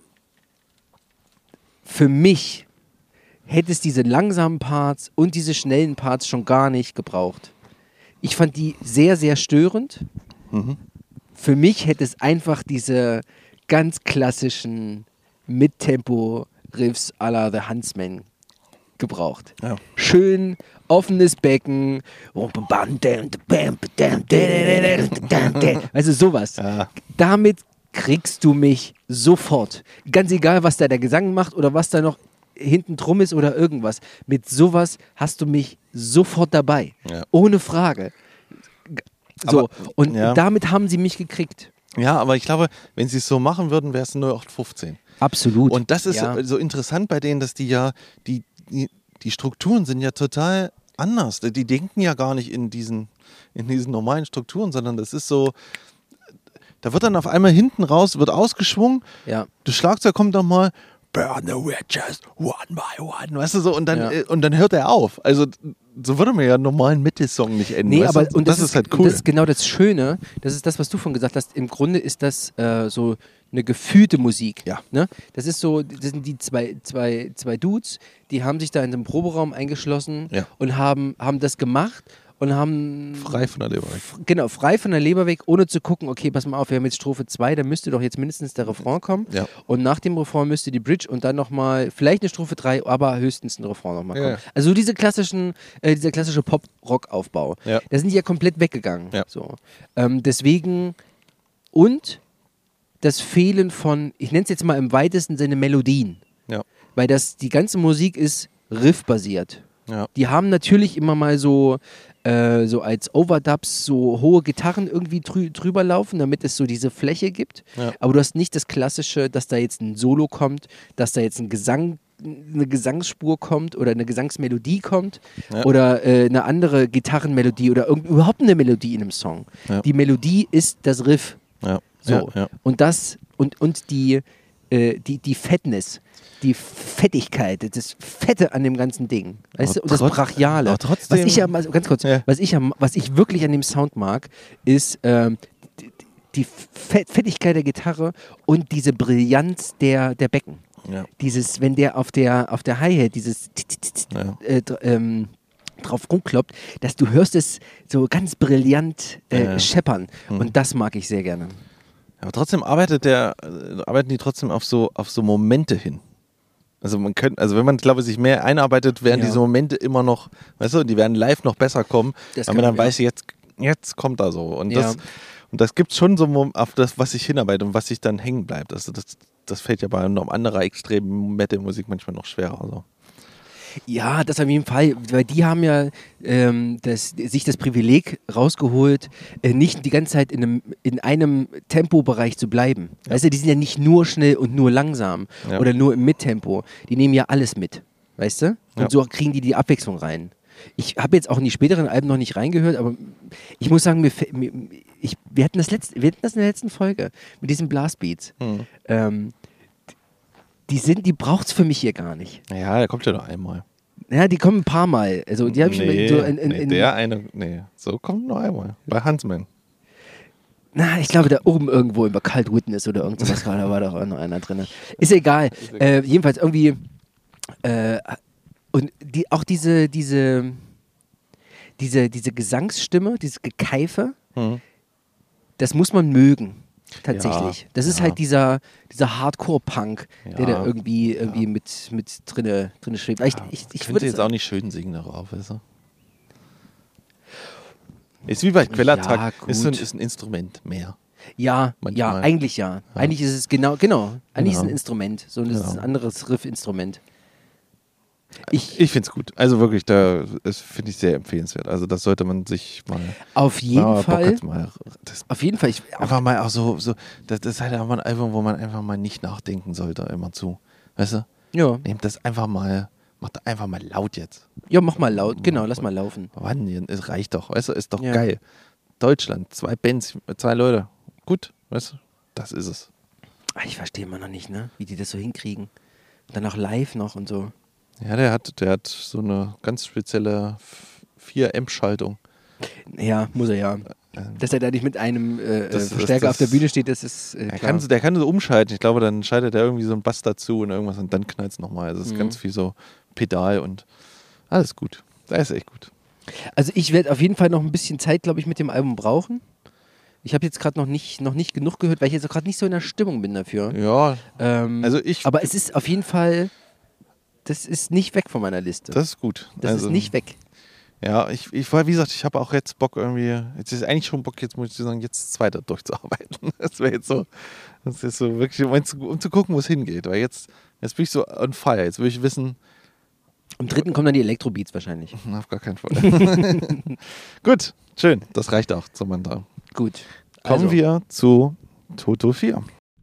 für mich hätte es diese langsamen Parts und diese schnellen Parts schon gar nicht gebraucht. Ich fand die sehr, sehr störend. Mhm. Für mich hätte es einfach diese ganz klassischen Mittempo-Riffs à la The Huntsman gebraucht. Ja. Schön offenes Becken. Also sowas. Ja. Damit kriegst du mich sofort. Ganz egal, was da der Gesang macht oder was da noch hinten drum ist oder irgendwas. Mit sowas hast du mich sofort dabei. Ja. Ohne Frage. So, aber, und ja. damit haben sie mich gekriegt. Ja, aber ich glaube, wenn sie es so machen würden, wäre es null acht fünfzehn. Absolut. Und das ist ja. so interessant bei denen, dass die ja, die, die, die Strukturen sind ja total anders. Die denken ja gar nicht in diesen, in diesen normalen Strukturen, sondern das ist so, Da wird dann auf einmal hinten raus, wird ausgeschwungen, Ja. das Schlagzeug kommt nochmal, burn the witches, one by one, weißt du so, und dann, Ja. äh, und dann hört er auf. Also so würde man ja einen normalen Metal-Song nicht enden. Nee, weißt aber du? und das, das ist halt cool. Das ist genau das Schöne. Das ist das, was du vorhin gesagt hast. Im Grunde ist das äh, so eine gefühlte Musik. Ja. Ne? Das ist so, das sind die zwei, zwei, zwei Dudes, die haben sich da in einem Proberaum eingeschlossen Ja. und haben, haben das gemacht und haben Frei von der Leber weg. genau, frei von der Leber weg, ohne zu gucken, okay, pass mal auf, wir haben jetzt Strophe zwei, da müsste doch jetzt mindestens der Refrain kommen. Ja. Und nach dem Refrain müsste die Bridge und dann nochmal, vielleicht eine Strophe drei, aber höchstens ein Refrain nochmal kommen. Ja. Also diese klassischen, äh, dieser klassische Pop-Rock-Aufbau. Ja. Da sind die ja komplett weggegangen. Ja. So. Ähm, deswegen und das Fehlen von, ich nenne es jetzt mal im weitesten Sinne Melodien. Ja. Weil das, die ganze Musik ist riffbasiert. Ja. Die haben natürlich immer mal so, äh, so als Overdubs so hohe Gitarren irgendwie drü drüber laufen, damit es so diese Fläche gibt. Ja. Aber du hast nicht das Klassische, dass da jetzt ein Solo kommt, dass da jetzt ein Gesang, eine Gesangsspur kommt oder eine Gesangsmelodie kommt Ja. oder äh, eine andere Gitarrenmelodie oder irgend, überhaupt eine Melodie in einem Song. Ja. Die Melodie ist das Riff. Ja. So. Ja. Ja. Und das und, und die, äh, die, die Fatness, die Fettigkeit, das Fette an dem ganzen Ding. Weißt du? Und das trotz- Brachiale. aber trotzdem- was ich ja, also ganz kurz, Ja. was ich ja, was ich wirklich an dem Sound mag, ist ähm, die, die Fett- Fettigkeit der Gitarre und diese Brillanz der, der Becken. Ja. Dieses, wenn der auf der, auf der Hi-Hat dieses Ja. äh, dr- ähm, drauf rumkloppt, dass du hörst es so ganz brillant äh, Ja. scheppern. Mhm. Und das mag ich sehr gerne. Aber trotzdem arbeitet der, äh, arbeiten die trotzdem auf so, auf so Momente hin. Also man könnte, also wenn man, glaube ich, sich mehr einarbeitet, werden Ja. diese Momente immer noch, weißt du, die werden live noch besser kommen, Das weil kann man dann man, ja. weiß, jetzt, jetzt kommt da so. Und Ja. das, und das gibt schon so Mom- auf das, was ich hinarbeite und was sich dann hängen bleibt. Also das, das fällt ja bei noch anderer extremen Metal-Musik manchmal noch schwerer. Also. Ja, das auf jeden Fall, weil die haben ja ähm, das, sich das Privileg rausgeholt, äh, nicht die ganze Zeit in einem, in einem Tempobereich zu bleiben. Weißt du, die sind ja nicht nur schnell und nur langsam Ja. oder nur im Mittempo. Die nehmen ja alles mit, weißt du? Und Ja. so kriegen die die Abwechslung rein. Ich habe jetzt auch in die späteren Alben noch nicht reingehört, aber ich muss sagen, mir, fä- mir, ich, wir, hatten das letzte, wir hatten das in der letzten Folge mit diesen Blastbeats. Hm. Ähm, die sind, die braucht's für mich hier gar nicht. Ja, der kommt ja noch einmal. Ja, die kommen ein paar Mal. Also die habe ich nee, so in, in, nee, in, der eine, nee, so kommt noch einmal. Bei Huntsman. Na, ich glaube, da oben irgendwo über Cult Witness oder irgendwas war, da war doch auch noch einer drin. Ist egal. Äh, jedenfalls irgendwie äh, und die, auch diese, diese, diese, diese Gesangsstimme, dieses Gekeife, Hm. das muss man mögen. Tatsächlich. Ja, das ist ja. halt dieser, dieser Hardcore-Punk, der Ja, da irgendwie, irgendwie mit, mit drinne, drinne schwebt. Ich, ich, ich könnte würde jetzt auch nicht schön singen darauf, weißt du? Ist wie bei Quellertag, Ja, ist, so ein, gut. ist ein Instrument mehr. Ja, ja, Manchmal. eigentlich ja. Eigentlich ist es genau, genau. Eigentlich ist es ein Genau. Instrument. So ein, das ist ein Genau. anderes Riff-Instrument. Ich, Ich finde es gut. Also wirklich, da das finde ich sehr empfehlenswert. Also das sollte man sich mal. auf jeden mal Bock Fall. hat, mal das Auf jeden Fall. Ich, auch, einfach mal auch so, so das, das ist halt auch mal ein Album, wo man einfach mal nicht nachdenken sollte, immer zu. Weißt du? ja. Nehmt das einfach mal, macht einfach mal laut jetzt. ja, mach mal laut. Genau, lass mal laufen. Wann? Es reicht doch, weißt du, ist doch Ja. geil. Deutschland, zwei Bands, zwei Leute. Gut, weißt du? Das ist es. Ah, Ich verstehe immer noch nicht, ne? Wie die das so hinkriegen. Und dann auch live noch und so. Ja, der hat, der hat so eine ganz spezielle vier Amp Schaltung. Ja, muss er ja. Ähm, Dass er da nicht mit einem äh, Das- äh, Verstärker das- auf der Bühne steht, das ist äh, Der klar. kann, so- der kann so umschalten. Ich glaube, dann schaltet er irgendwie so einen Bass dazu und irgendwas und dann knallt es nochmal. Also es ist Mhm. ganz viel so Pedal und alles gut. Da ist echt gut. Also ich werde auf jeden Fall noch ein bisschen Zeit, glaube ich, mit dem Album brauchen. Ich habe jetzt gerade noch nicht, noch nicht genug gehört, weil ich jetzt gerade nicht so in der Stimmung bin dafür. Ja, Ähm, also ich. aber es ist auf jeden Fall, das ist nicht weg von meiner Liste. das ist gut. Das also, ist nicht weg. Ja, ich, ich war, wie gesagt, ich habe auch jetzt Bock irgendwie, jetzt ist eigentlich schon Bock, jetzt muss ich sagen, jetzt das zweite durchzuarbeiten. Das wäre jetzt so, das ist so wirklich, um zu, um zu gucken, wo es hingeht. Weil jetzt, jetzt bin ich so on fire. Jetzt will ich wissen, Am dritten kommen dann die Elektrobeats wahrscheinlich. na, auf gar keinen Fall. Gut, schön. Das reicht auch zum Mantra. Gut. Kommen Also, wir zu Toto vier.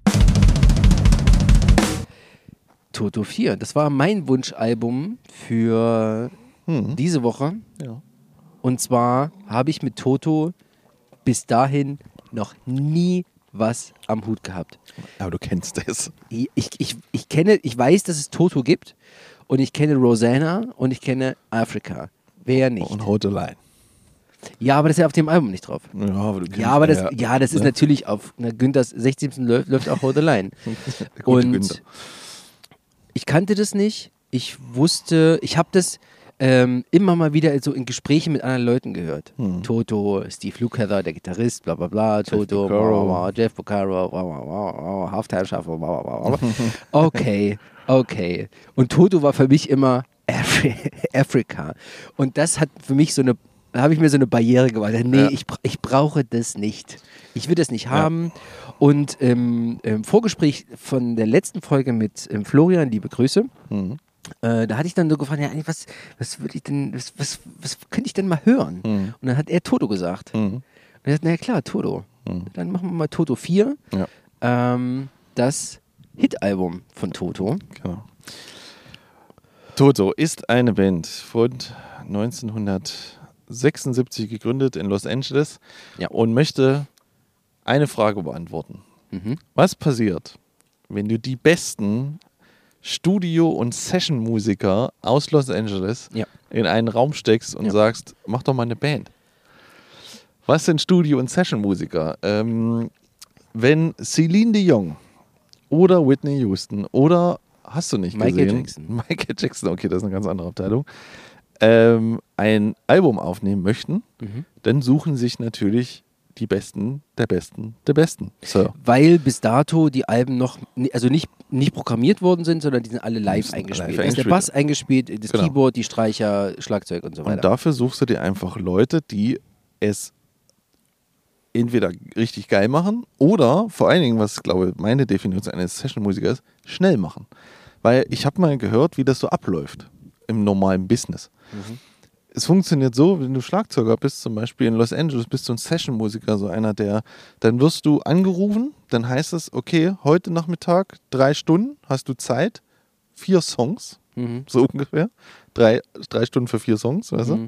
Toto vier. Das war mein Wunschalbum für Hm. diese Woche. Ja. Und zwar habe ich mit Toto bis dahin noch nie was am Hut gehabt. Aber du kennst das. Ich, ich, ich kenne, ich weiß, dass es Toto gibt und ich kenne Rosanna und ich kenne Africa. Wer nicht? Und Hold the Line. Ja, aber das ist ja auf dem Album nicht drauf. Ja, aber, du kennst Ja, aber das, ja, ja, das ist ne? natürlich auf na, Günthers sechzehnten läuft, läuft auch Hold the Line. Der gute Und Günther. ich kannte das nicht. Ich wusste, ich habe das ähm, immer mal wieder so in Gesprächen mit anderen Leuten gehört. Hm. Toto, Steve Lukather, der Gitarrist, bla bla bla, Toto, Porcaro. wow, wow, Jeff Porcaro, wow, wow, wow, wow, Halftime Shuffle, wow, wow, wow. Okay, okay. Und Toto war für mich immer Afri Afrika. Und das hat für mich so eine, da habe ich mir so eine Barriere gemacht. Nee, Ja. ich, bra- ich brauche das nicht. Ich will das nicht haben. Und ähm, im Vorgespräch von der letzten Folge mit ähm, Florian, liebe Grüße, Mhm. äh, da hatte ich dann so gefragt, ja, eigentlich, was, was würde ich denn, was, was, was könnte ich denn mal hören? Mhm. Und dann hat er Toto gesagt. Mhm. Und er hat, naja klar, Toto. Mhm. Dann machen wir mal Toto vier. Ja, Ähm, das Hit-Album von Toto. genau. Toto ist eine Band von neunzehnhundertsechsundsiebzig gegründet in Los Angeles Ja. und möchte eine Frage beantworten. Mhm. Was passiert, wenn du die besten Studio- und Session-Musiker aus Los Angeles Ja. in einen Raum steckst und Ja. sagst, mach doch mal eine Band? Was sind Studio- und Session-Musiker? Ähm, wenn Celine Dion oder Whitney Houston oder, hast du nicht Michael gesehen? Jackson. Michael Jackson, okay, das ist eine ganz andere Abteilung, ähm, ein Album aufnehmen möchten, Mhm. dann suchen sich natürlich die Besten der Besten der Besten. So. Weil bis dato die Alben noch, ni- also nicht, nicht programmiert worden sind, sondern die sind alle Die live sind eingespielt. live Da ist der eingespielt. Bass eingespielt, das Genau. Keyboard, die Streicher, Schlagzeug und so weiter. Und dafür suchst du dir einfach Leute, die es entweder richtig geil machen oder vor allen Dingen, was glaube ich meine Definition eines Session-Musikers ist, schnell machen. Weil ich habe mal gehört, wie das so abläuft im normalen Business. Mhm. Es funktioniert so, wenn du Schlagzeuger bist, zum Beispiel in Los Angeles, bist du ein Session-Musiker, so einer, der, dann wirst du angerufen, dann heißt es, okay, heute Nachmittag, drei Stunden, hast du Zeit, vier Songs, Mhm. so ungefähr, drei, drei Stunden für vier Songs, weißt du? Mhm.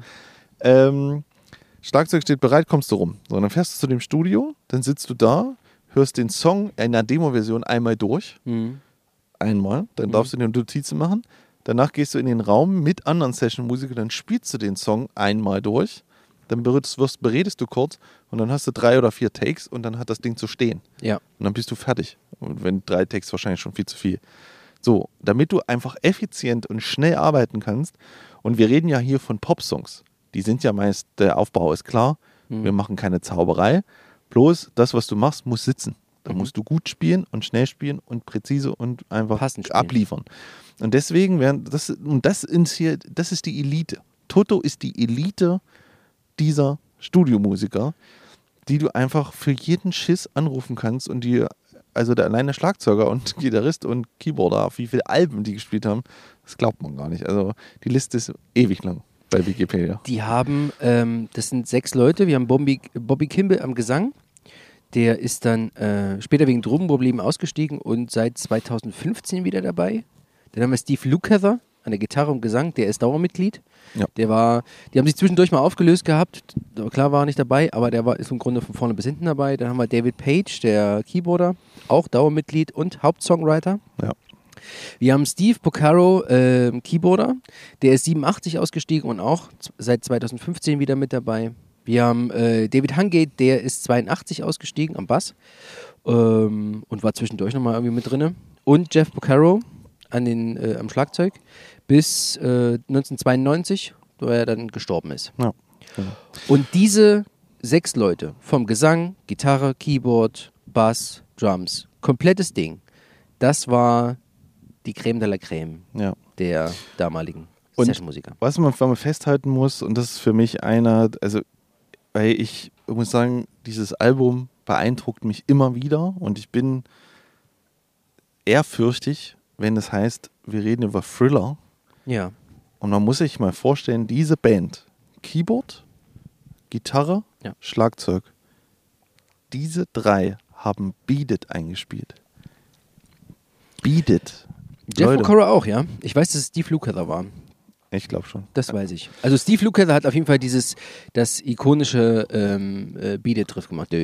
Ähm, Schlagzeug steht bereit, kommst du rum. So, dann fährst du zu dem Studio, dann sitzt du da, hörst den Song in einer Demo-Version einmal durch, Mhm. einmal, dann darfst du dir Notizen machen, danach gehst du in den Raum mit anderen Session-Musikern, dann spielst du den Song einmal durch, dann beredest, wirst, beredest du kurz und dann hast du drei oder vier Takes und dann hat das Ding zu stehen. Ja. Und dann bist du fertig. Und wenn drei Takes wahrscheinlich schon viel zu viel. So, damit du einfach effizient und schnell arbeiten kannst. Und wir reden ja hier von Popsongs. Die sind ja meist, der Aufbau ist klar. Mhm. Wir machen keine Zauberei. Bloß das, was du machst, muss sitzen. Da Mhm. musst du gut spielen und schnell spielen und präzise und einfach Passend spielen. abliefern. Und deswegen werden das, und das ist hier, das ist die Elite. Toto ist die Elite dieser Studiomusiker, die du einfach für jeden Schiss anrufen kannst und die, also der alleine Schlagzeuger und Gitarrist und Keyboarder, auf wie viele Alben die gespielt haben, das glaubt man gar nicht. Also die Liste ist ewig lang bei Wikipedia. Die haben, ähm, das sind sechs Leute, wir haben Bobby, Bobby Kimball am Gesang, der ist dann äh, später wegen Drogenproblemen ausgestiegen und seit zweitausendfünfzehn wieder dabei. Dann haben wir Steve Lukather an der Gitarre und Gesang, der ist Dauermitglied. Ja. Der war, die haben sich zwischendurch mal aufgelöst gehabt, aber klar war er nicht dabei, aber der war, ist im Grunde von vorne bis hinten dabei. Dann haben wir David Page, der Keyboarder, auch Dauermitglied und Hauptsongwriter. Ja. Wir haben Steve Porcaro, äh, Keyboarder, der ist siebenundachtzig ausgestiegen und auch z- seit zweitausendfünfzehn wieder mit dabei. Wir haben äh, David Hungate, der ist zweiundachtzig ausgestiegen am Bass ähm, und war zwischendurch nochmal irgendwie mit drinne. Und Jeff Porcaro an den, äh, am Schlagzeug bis äh, neunzehnhundertzweiundneunzig, wo er dann gestorben ist. Ja. Genau. Und diese sechs Leute, vom Gesang, Gitarre, Keyboard, Bass, Drums, komplettes Ding, das war die Creme de la Creme Ja. der damaligen Und- Sessionmusiker. Was man, was man festhalten muss, und das ist für mich einer, also, weil ich muss sagen, dieses Album beeindruckt mich immer wieder und ich bin ehrfürchtig, wenn es heißt, wir reden über Thriller. Ja. Und man muss sich mal vorstellen, diese Band, Keyboard, Gitarre, Ja. Schlagzeug, diese drei haben Beat It eingespielt. Beat It. Jeff Leute. Porcaro auch, ja. Ich weiß, dass es Steve Lukather war. Ich glaube schon. Das weiß ich. Also Steve Lukather hat auf jeden Fall dieses, das ikonische ähm, äh, Beat It Riff gemacht.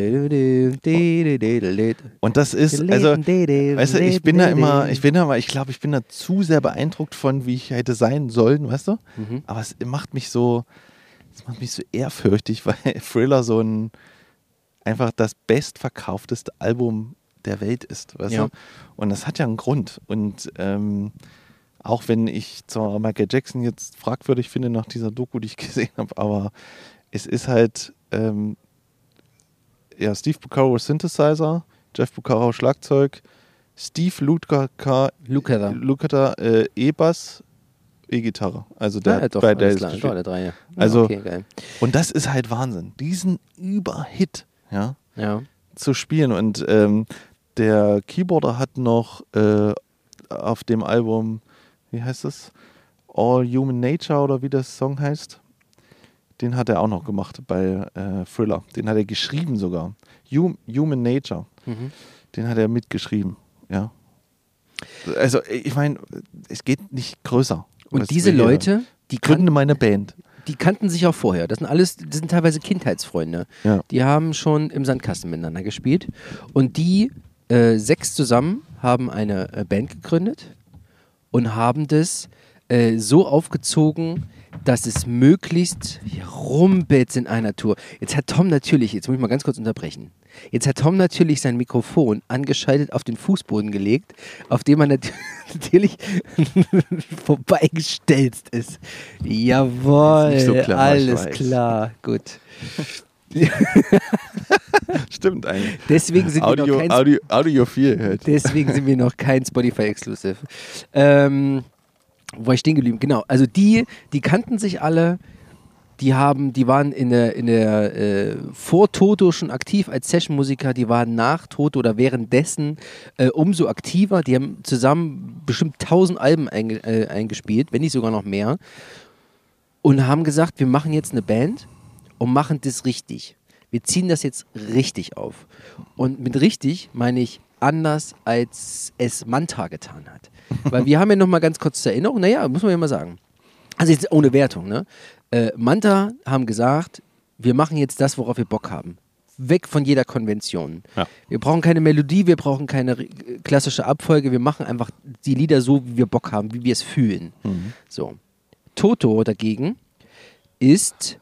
Und das ist, also, weißt du, ich bin da immer, ich bin da mal, ich glaube, ich bin da zu sehr beeindruckt von, wie ich hätte sein sollen, weißt du? Mhm. Aber es macht mich so, es macht mich so ehrfürchtig, weil Thriller so ein, einfach das bestverkaufteste Album der Welt ist, weißt Ja. du? Und das hat ja einen Grund. Und ähm, auch wenn ich zwar Michael Jackson jetzt fragwürdig finde nach dieser Doku, die ich gesehen habe, aber es ist halt ähm, ja, Steve Porcaro Synthesizer, Jeff Porcaro Schlagzeug, Steve Lukather, Lukather. Lukather äh, E-Bass, E-Gitarre. Also der, Ah, ja, doch, bei der alles ist klar. gespielt. Doch, der drei, ja. Also, okay, geil. Und das ist halt Wahnsinn, diesen Überhit, ja, Ja. zu spielen. Und ähm, der Keyboarder hat noch äh, auf dem Album, wie heißt das? All Human Nature oder wie das Song heißt. Den hat er auch noch gemacht bei äh, Thriller. Den hat er geschrieben sogar. Hum, Human Nature. Mhm. Den hat er mitgeschrieben. Ja. Also ich meine, es geht nicht größer. Und Was diese wir hier Leute, die, gründen kan meine Band. die kannten sich auch vorher. Das sind alles, das sind teilweise Kindheitsfreunde. Ja. Die haben schon im Sandkasten miteinander gespielt. Und die äh, sechs zusammen haben eine äh, Band gegründet und haben das äh, so aufgezogen, dass es möglichst hier rumpelt in einer Tour. Jetzt hat Tom natürlich, jetzt muss ich mal ganz kurz unterbrechen, jetzt hat Tom natürlich sein Mikrofon angeschaltet auf den Fußboden gelegt, auf dem man nat natürlich vorbeigestelzt ist. Jawohl, Ist nicht so clever, alles ich weiß. klar, gut. Stimmt eigentlich. Deswegen sind wir noch Audio, kein Audio, Audiophil halt. Deswegen sind wir noch kein Spotify-Exclusive. Ähm, wo war ich stehen geblieben? Genau, also die, die kannten sich alle, die haben, die waren in der, in der äh, vor Toto schon aktiv als Session-Musiker, die waren nach Toto oder währenddessen äh, umso aktiver, die haben zusammen bestimmt tausend Alben einge äh, eingespielt, wenn nicht sogar noch mehr, und haben gesagt, wir machen jetzt eine Band und machen das richtig. Wir ziehen das jetzt richtig auf. Und mit richtig meine ich anders, als es Manta getan hat. Weil wir haben ja noch mal ganz kurz zur Erinnerung, naja, muss man ja mal sagen. Also jetzt ohne Wertung, ne? Äh, Manta haben gesagt, wir machen jetzt das, worauf wir Bock haben. Weg von jeder Konvention. Ja. Wir brauchen keine Melodie, wir brauchen keine äh, klassische Abfolge, wir machen einfach die Lieder so, wie wir Bock haben, wie wir es fühlen. Mhm. So. Toto dagegen ist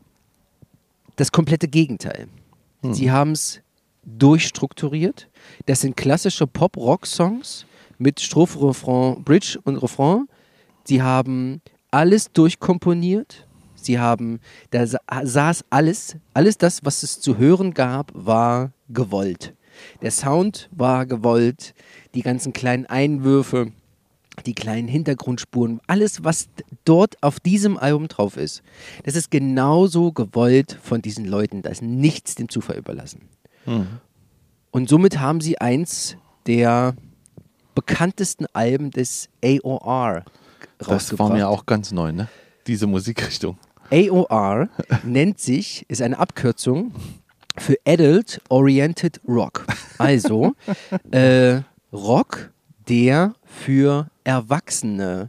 das komplette Gegenteil. Mhm. Sie haben es durchstrukturiert. Das sind klassische Pop-Rock-Songs mit Strophe, Refrain, Bridge und Refrain. Sie haben alles durchkomponiert. Sie haben, da sa saß alles, alles das, was es zu hören gab, war gewollt. Der Sound war gewollt, die ganzen kleinen Einwürfe, die kleinen Hintergrundspuren, alles, was dort auf diesem Album drauf ist, das ist genauso gewollt von diesen Leuten. Da ist nichts dem Zufall überlassen. Mhm. Und somit haben sie eins der bekanntesten Alben des A O R Das rausgebracht. war mir auch ganz neu, ne? Diese Musikrichtung. A O R nennt sich, ist eine Abkürzung für Adult Oriented Rock. Also äh, Rock, der für Erwachsene,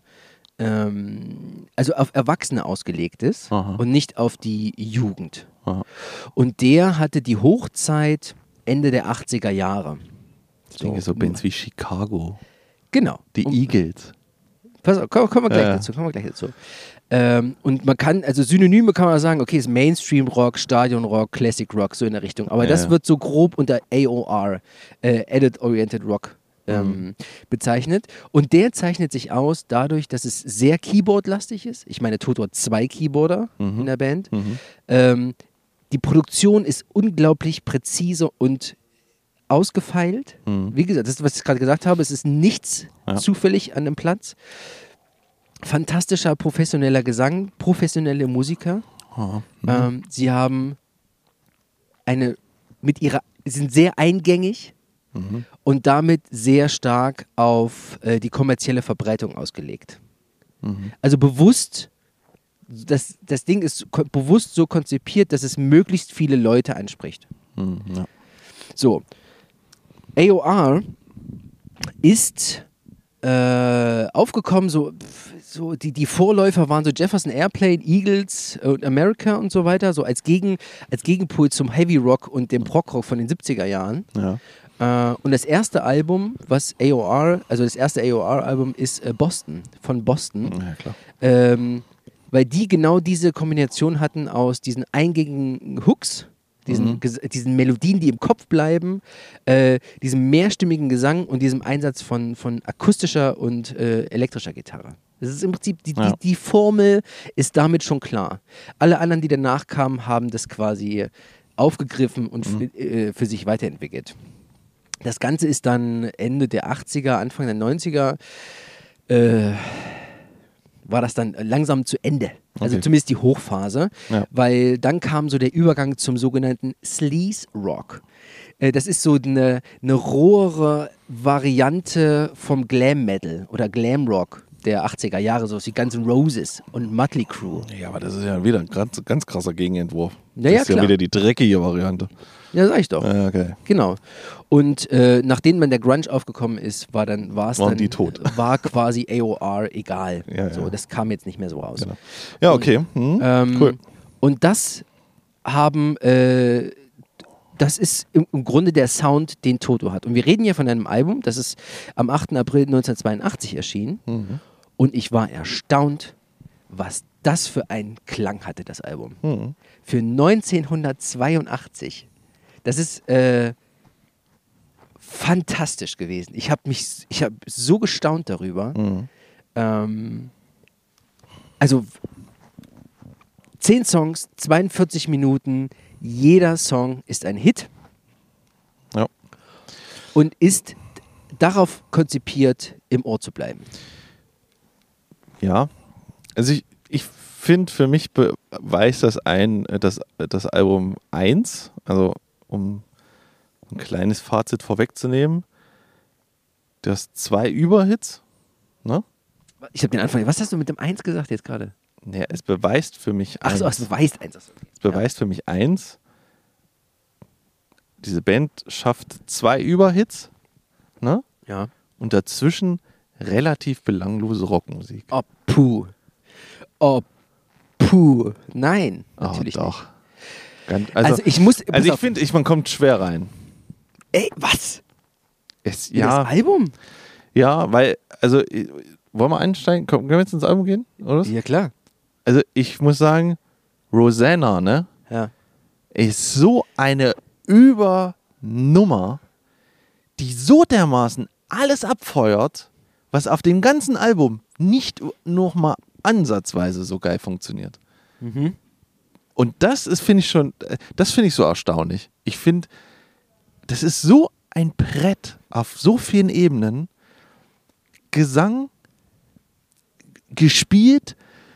ähm, also auf Erwachsene ausgelegt ist. Aha. Und nicht auf die Jugend. Aha. Und der hatte die Hochzeit Ende der achtziger Jahre. Ich denke so Bands wie Chicago, Genau. die Und- Eagles. Pass auf, kommen, kommen wir gleich Ja. dazu, kommen wir gleich dazu. Ähm, und man kann, also Synonyme kann man sagen, okay, ist Mainstream-Rock, Stadion-Rock, Classic-Rock, so in der Richtung. Aber Ja, das ja. wird so grob unter A O R, äh, Adult-Oriented Rock, ähm, Mhm. bezeichnet. Und der zeichnet sich aus dadurch, dass es sehr Keyboard-lastig ist. Ich meine, Toto hat zwei Keyboarder Mhm. in der Band. Mhm. Ähm, die Produktion ist unglaublich präzise und ausgefeilt. Mhm. Wie gesagt, das ist, was ich gerade gesagt habe, es ist nichts Ja. zufällig an dem Platz. Fantastischer professioneller Gesang, professionelle Musiker. Aha. Mhm. Ähm, sie haben eine, mit ihrer, sie sind sehr eingängig Mhm. und damit sehr stark auf äh, die kommerzielle Verbreitung ausgelegt. Mhm. Also bewusst, das, das Ding ist ko- bewusst so konzipiert, dass es möglichst viele Leute anspricht. Mhm. Ja. So, A O R ist äh, aufgekommen so so die, die Vorläufer waren so Jefferson Airplane, Eagles und America und so weiter, so als, Gegen, als Gegenpol zum Heavy Rock und dem Prog Rock von den siebziger Jahren. Ja. Äh, und das erste Album, was A O R, also das erste A O R-Album ist äh, Boston, von Boston. Ja, klar. Ähm, weil die genau diese Kombination hatten aus diesen eingängigen Hooks, diesen, Mhm. Ges- diesen Melodien, die im Kopf bleiben, äh, diesem mehrstimmigen Gesang und diesem Einsatz von, von akustischer und äh, elektrischer Gitarre. Das ist im Prinzip, die, Ja. die, die Formel ist damit schon klar. Alle anderen, die danach kamen, haben das quasi aufgegriffen und Mhm. f- äh, für sich weiterentwickelt. Das Ganze ist dann Ende der achtziger, Anfang der neunziger äh, war das dann langsam zu Ende. Also Okay. zumindest die Hochphase, Ja. weil dann kam so der Übergang zum sogenannten Sleaze Rock. Äh, das ist so eine, eine rohere Variante vom Glam Metal oder Glam Rock der achtziger Jahre, so wie Guns N' Roses und Mötley Crüe. Ja, aber das ist ja wieder ein ganz, ganz krasser Gegenentwurf. Ja, das ja, ist ja klar. wieder die dreckige Variante. Ja, sag ich doch. Ja, okay. Genau. Und äh, nachdem dann der Grunge aufgekommen ist, war dann war es Waren dann die tot. war quasi A O R egal. Ja, so, ja. das kam jetzt nicht mehr so raus. Genau. Ja, okay. Hm. Ähm, Cool. Und das haben äh, das ist im, im Grunde der Sound, den Toto hat. Und wir reden hier von einem Album, das ist am achten April neunzehnhundertzweiundachtzig erschienen. Mhm. Und ich war erstaunt, was das für einen Klang hatte, das Album. Mhm. Für neunzehnhundertzweiundachtzig. Das ist äh, fantastisch gewesen. Ich habe mich, ich habe so gestaunt darüber. Mhm. Ähm, also zehn Songs, zweiundvierzig Minuten, jeder Song ist ein Hit Ja. und ist darauf konzipiert, im Ohr zu bleiben. Ja. Also ich, ich finde, für mich beweist das ein, das, das Album eins, also um ein kleines Fazit vorwegzunehmen, du hast zwei Überhits, ne? Ich habe den Anfang, was hast du mit dem eins gesagt jetzt gerade? Ja, es beweist für mich Ach so, eins. es beweist eins. Achso, okay. Es beweist für mich eins, diese Band schafft zwei Überhits, ne? Ja. Und dazwischen relativ belanglose Rockmusik. Oh, puh. Oh, puh. Nein, natürlich oh, nicht. doch. Ganz, also, Also ich muss, pass also ich auf. finde, ich, man kommt schwer rein. Ey, was? Es, In ja, das Album? ja, weil, also, äh, wollen wir einsteigen? Komm, können wir jetzt ins Album gehen? Oder? Ja, klar. Also, ich muss sagen, Rosanna, ne, Ja. ist so eine Übernummer, die so dermaßen alles abfeuert, was auf dem ganzen Album nicht noch mal ansatzweise so geil funktioniert. Mhm. Und das ist, finde ich schon, das finde ich so erstaunlich. Ich finde, das ist so ein Brett auf so vielen Ebenen. Gesang, gespielt,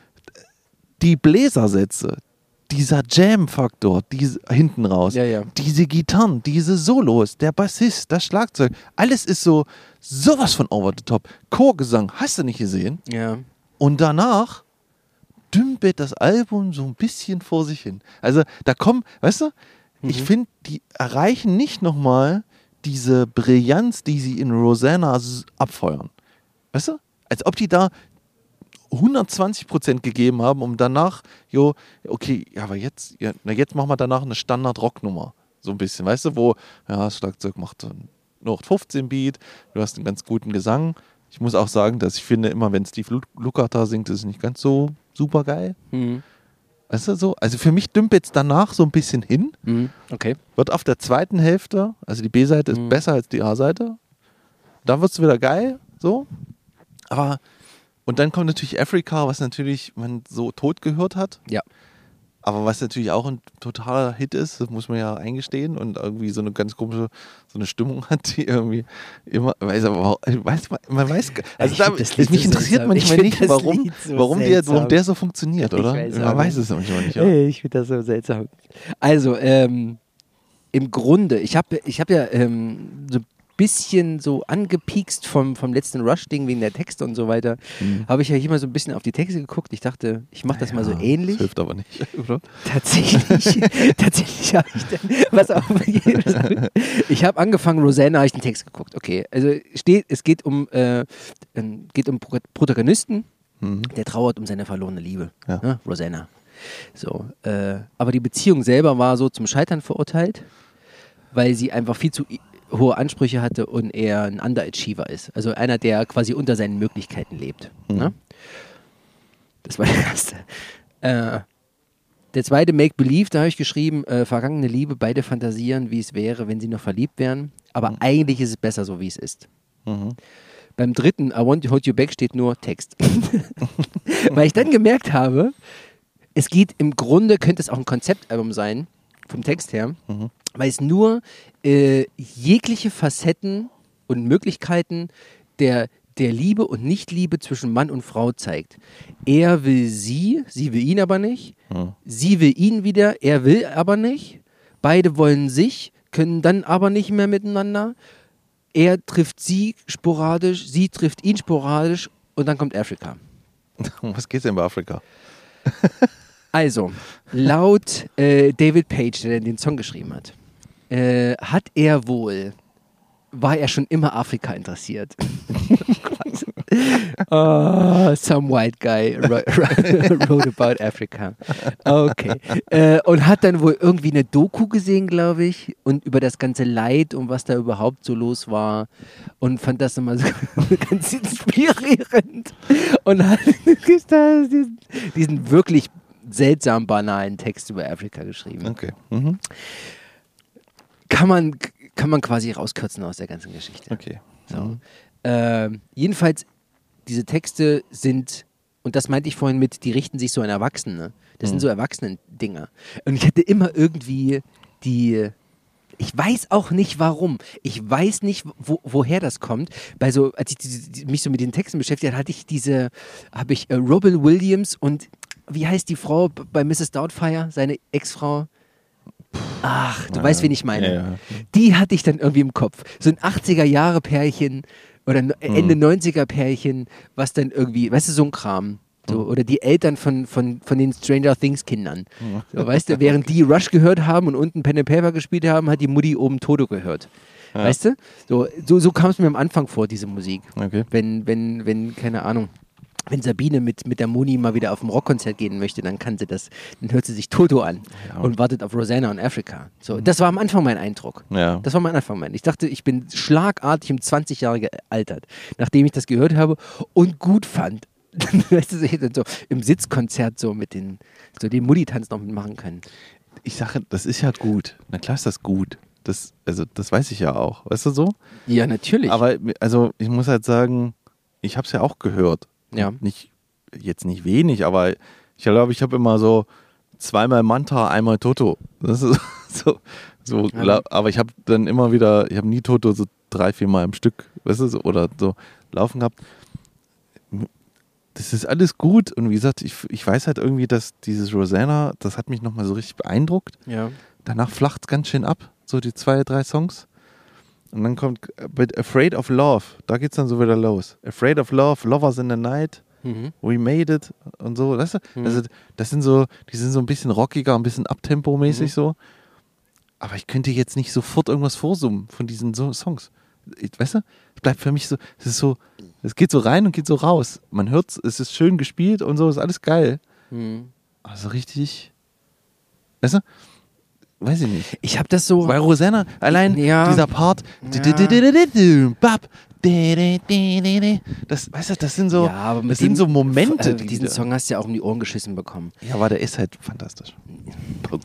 die Bläsersätze, dieser Jam-Faktor, diese hinten raus, Ja, ja. diese Gitarren, diese Solos, der Bassist, das Schlagzeug, alles ist so sowas von over the top. Chorgesang, hast du nicht gesehen? Ja. Und danach dümpelt das Album so ein bisschen vor sich hin. Also da kommen, weißt du, ich finde, die erreichen nicht nochmal diese Brillanz, die sie in Rosanna s- abfeuern. Weißt du? Als ob die da hundertzwanzig Prozent gegeben haben, um danach, jo, okay, ja, aber jetzt, ja, na, jetzt machen wir danach eine Standard-Rock-Nummer. So ein bisschen, weißt du, wo, ja, das Schlagzeug macht dann nur fünfzehn Beat, du hast einen ganz guten Gesang. Ich muss auch sagen, dass ich finde, immer wenn Steve Lu- Lukather singt, ist es nicht ganz so super geil. Mhm. Weißt du, so? Also für mich dümpelt es danach so ein bisschen hin. Mhm. Okay. Wird auf der zweiten Hälfte, also die B-Seite ist Mhm. besser als die A-Seite. Dann wird es wieder geil, so. Aber, und dann kommt natürlich Africa, was natürlich man so tot gehört hat. Ja. Aber was natürlich auch ein totaler Hit ist, das muss man ja eingestehen und irgendwie so eine ganz komische, so eine Stimmung hat, die irgendwie immer, weiß aber, weiß, man, man weiß, also Ich da, find das Lied mich so interessiert seltsam. Ich manchmal find nicht, das warum, Lied so warum, der, seltsam. warum der so funktioniert, Ich oder? weiß Man auch weiß nicht. es manchmal nicht. Ja. Hey, ich finde das so seltsam. Also, ähm, im Grunde, ich habe ich hab ja ähm, so ein bisschen so angepiekst vom, vom letzten Rush-Ding wegen der Texte und so weiter, Mhm. habe ich ja hier mal so ein bisschen auf die Texte geguckt. Ich dachte, ich mache das mal so Ja, ähnlich. Das hilft aber nicht, oder? Tatsächlich, tatsächlich habe ich dann, was auf, ich habe angefangen, Rosanna, habe ich den Text geguckt. Okay, also steht, es geht um, äh, ähm, geht um Pro- Protagonisten, Mhm. Der trauert um seine verlorene Liebe, Ja. ne? Rosanna. So, äh, aber die Beziehung selber war so zum Scheitern verurteilt, weil sie einfach viel zu i- hohe Ansprüche hatte und er ein Underachiever ist. Also einer, der quasi unter seinen Möglichkeiten lebt. Mhm. Ne? Das war der erste. Äh, der zweite, Make Believe, da habe ich geschrieben, äh, vergangene Liebe, beide fantasieren, wie es wäre, wenn sie noch verliebt wären. Aber Mhm. eigentlich ist es besser so, wie es ist. Mhm. Beim dritten, I Want to Hold You Back, steht nur Text. Weil ich dann gemerkt habe, es geht im Grunde, könnte es auch ein Konzeptalbum sein, vom Text her, Mhm. weil es nur äh, jegliche Facetten und Möglichkeiten der, der Liebe und Nichtliebe zwischen Mann und Frau zeigt. Er will sie, sie will ihn aber nicht. Mhm. Sie will ihn wieder, er will aber nicht. Beide wollen sich, können dann aber nicht mehr miteinander. Er trifft sie sporadisch, sie trifft ihn sporadisch und dann kommt Afrika. Um was geht's denn bei Afrika? Also, laut äh, David Page, der den Song geschrieben hat, äh, hat er wohl, war er schon immer Afrika interessiert. Oh, some white guy wrote, wrote about Africa. Okay. Äh, und hat dann wohl irgendwie eine Doku gesehen, glaube ich, und über das ganze Leid und was da überhaupt so los war und fand das immer so ganz inspirierend und hat diesen, diesen wirklich seltsam banalen Text über Afrika geschrieben. Okay. Mhm. Kann man, kann man quasi rauskürzen aus der ganzen Geschichte. Okay. So. Mhm. Ähm, jedenfalls, diese Texte sind, und das meinte ich vorhin mit, die richten sich so an Erwachsene. Das Mhm. sind so Erwachsenen-Dinger. Und ich hatte immer irgendwie die, ich weiß auch nicht warum. Ich weiß nicht, wo, woher das kommt. Bei so, als ich die, die, mich so mit den Texten beschäftigt habe, hatte ich diese, habe ich äh, Robin Williams und wie heißt die Frau b- bei Misses Doubtfire, seine Ex-Frau? Ach, du Ja, weißt, wen ich meine. ja, ja. Die hatte ich dann irgendwie im Kopf. So ein achtziger-Jahre-Pärchen oder no- Ende neunziger-Pärchen, was dann irgendwie, weißt du, so ein Kram. So, oder die Eltern von, von, von den Stranger Things Kindern. So, weißt du, während die Rush gehört haben und unten Pen and Paper gespielt haben, hat die Mutti oben Toto gehört. Ja. Weißt du? So, so, so kam es mir am Anfang vor, diese Musik. Okay. Wenn, wenn, wenn, keine Ahnung, wenn Sabine mit, mit der Moni mal wieder auf ein Rockkonzert gehen möchte, dann kann sie das, dann hört sie sich Toto an Ja. und wartet auf Rosanna und Africa. So, das war am Anfang mein Eindruck. Ja. Das war mein Anfang. Mein. Ich dachte, ich bin schlagartig um zwanzig Jahre gealtert, nachdem ich das gehört habe und gut fand. Weißt du, so, ich hätte so im Sitzkonzert so mit den, so den Mutti-Tanz noch mitmachen können. Ich sage, das ist ja gut. Na klar ist das gut. Das, also, das weiß ich ja auch. Weißt du so? Ja, natürlich. Aber also ich muss halt sagen, ich habe es ja auch gehört. Ja. Nicht, jetzt nicht wenig, aber ich glaube, ich habe immer so zweimal Manta, einmal Toto. Das ist so, so Ja. la- aber ich habe dann immer wieder, ich habe nie Toto so drei, vier Mal im Stück, weißt du, so, oder so laufen gehabt. Das ist alles gut und wie gesagt, ich, ich weiß halt irgendwie, dass dieses Rosanna, das hat mich nochmal so richtig beeindruckt. Ja. Danach flacht es ganz schön ab, so die zwei, drei Songs. Und dann kommt mit Afraid of Love, da geht's dann so wieder los. Afraid of Love, Lovers in the Night, Mhm. We Made It und so. Weißt du? Mhm. Also, das sind so, die sind so ein bisschen rockiger, ein bisschen Abtempo-mäßig Mhm. so. Aber ich könnte jetzt nicht sofort irgendwas vorsummen von diesen so Songs. Ich, weißt du? Es bleibt für mich so, es ist so, es geht so rein und geht so raus. Man hört's, es ist schön gespielt und so, ist alles geil. Mhm. Also richtig, weißt du? Weiß ich nicht. Ich habe das so. Bei Rosanna, allein Ja. dieser Part, Ja. bap, das, weißt du, das sind so, ja, aber mit das sind dem- so Momente. Äh, die diesen da- Song hast du ja auch um die Ohren geschissen bekommen. Ja, aber der ist halt fantastisch. Punkt.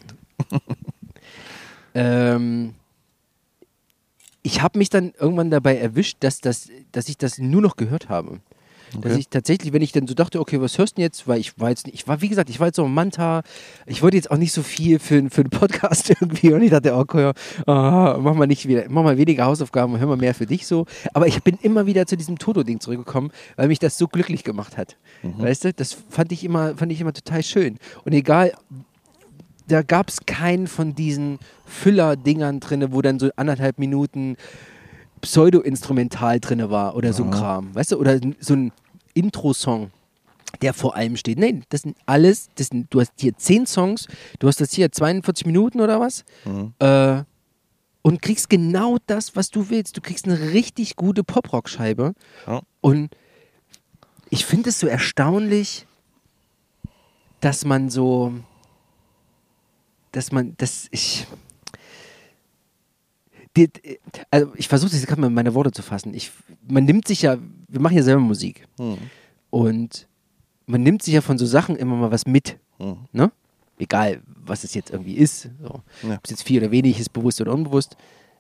Ähm, ich habe mich dann irgendwann dabei erwischt, dass, das, dass ich das nur noch gehört habe. Dass Okay. ich tatsächlich, wenn ich dann so dachte, okay, was hörst du denn jetzt? Weil ich war jetzt nicht, ich war, wie gesagt, ich war jetzt so im Manta, ich wollte jetzt auch nicht so viel für, für einen Podcast irgendwie und ich dachte, okay, ah, mach mal nicht wieder, mach mal weniger Hausaufgaben, hör mal mehr für dich so. Aber ich bin immer wieder zu diesem Toto-Ding zurückgekommen, weil mich das so glücklich gemacht hat. Weißt du, das fand ich immer, fand ich immer total schön. Und egal, da gab es keinen von diesen Füller-Dingern drin, wo dann so anderthalb Minuten Pseudo-Instrumental drin war oder so ein Ja. Kram, weißt du, oder so ein Intro-Song, der vor allem steht. Nein, das sind alles, das sind, du hast hier zehn Songs, du hast das hier zweiundvierzig Minuten oder was Mhm. äh, und kriegst genau das, was du willst. Du kriegst eine richtig gute Pop-Rock-Scheibe Ja. und Ich finde es so erstaunlich, dass man so, dass man, dass ich, die, also ich versuche das gerade mal in meine Worte zu fassen. Ich, man nimmt sich ja, wir machen ja selber Musik Hm. und man nimmt sich ja von so Sachen immer mal was mit, Hm. ne? Egal, was es jetzt irgendwie ist, so. Ja. Ob es jetzt viel oder wenig ist, bewusst oder unbewusst.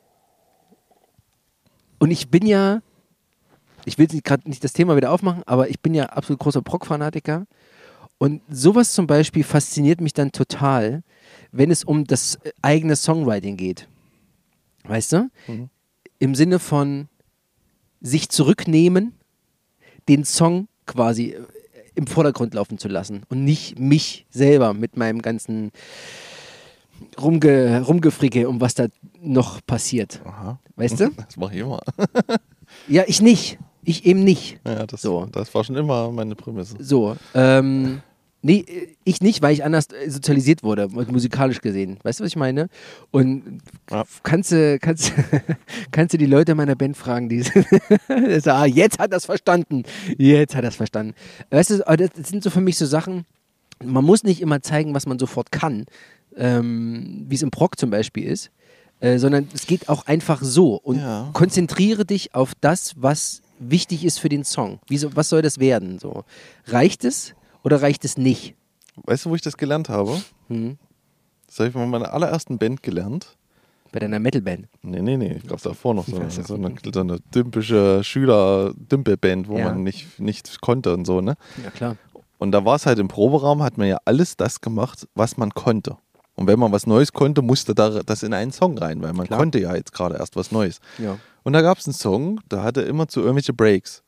Und ich bin ja, ich will gerade nicht das Thema wieder aufmachen, aber ich bin ja absolut großer Prog-Fanatiker. Und sowas zum Beispiel fasziniert mich dann total, wenn es um das eigene Songwriting geht. Weißt du? Mhm. Im Sinne von sich zurücknehmen, den Song quasi im Vordergrund laufen zu lassen und nicht mich selber mit meinem ganzen Rumge, Rumgefricke, um was da noch passiert. Aha. Weißt du? Das mache ich immer. Ja, ich nicht. Ich eben nicht. Ja, das, So. das war schon immer meine Prämisse. So, ähm, nee, ich nicht, weil ich anders sozialisiert wurde, musikalisch gesehen. Weißt du, was ich meine? Und Ja. kannst du, kannst, kannst du die Leute meiner Band fragen, die sagen, ah, jetzt hat er es verstanden. Jetzt hat er es verstanden. Weißt du, das sind so für mich so Sachen, man muss nicht immer zeigen, was man sofort kann, ähm, wie es im Prog zum Beispiel ist, äh, sondern es geht auch einfach so. Und Ja. konzentriere dich auf das, was wichtig ist für den Song. Wie so, was soll das werden? So? Reicht es oder reicht es nicht? Weißt du, wo ich das gelernt habe? Hm? Das habe ich bei meiner allerersten Band gelernt. Bei deiner Metalband. Nee, nee, nee. Gab es davor noch so eine, weiß ja. so eine, so eine dümpische Schüler-Dümpelband, wo Ja. man nicht, nicht konnte und so, ne? Ja, klar. Und da war es halt im Proberaum, hat man ja alles das gemacht, was man konnte. Und wenn man was Neues konnte, musste da das in einen Song rein, weil man Klar. konnte ja jetzt gerade erst was Neues. Ja. Und da gab es einen Song, da hatte immer zu irgendwelche Breaks.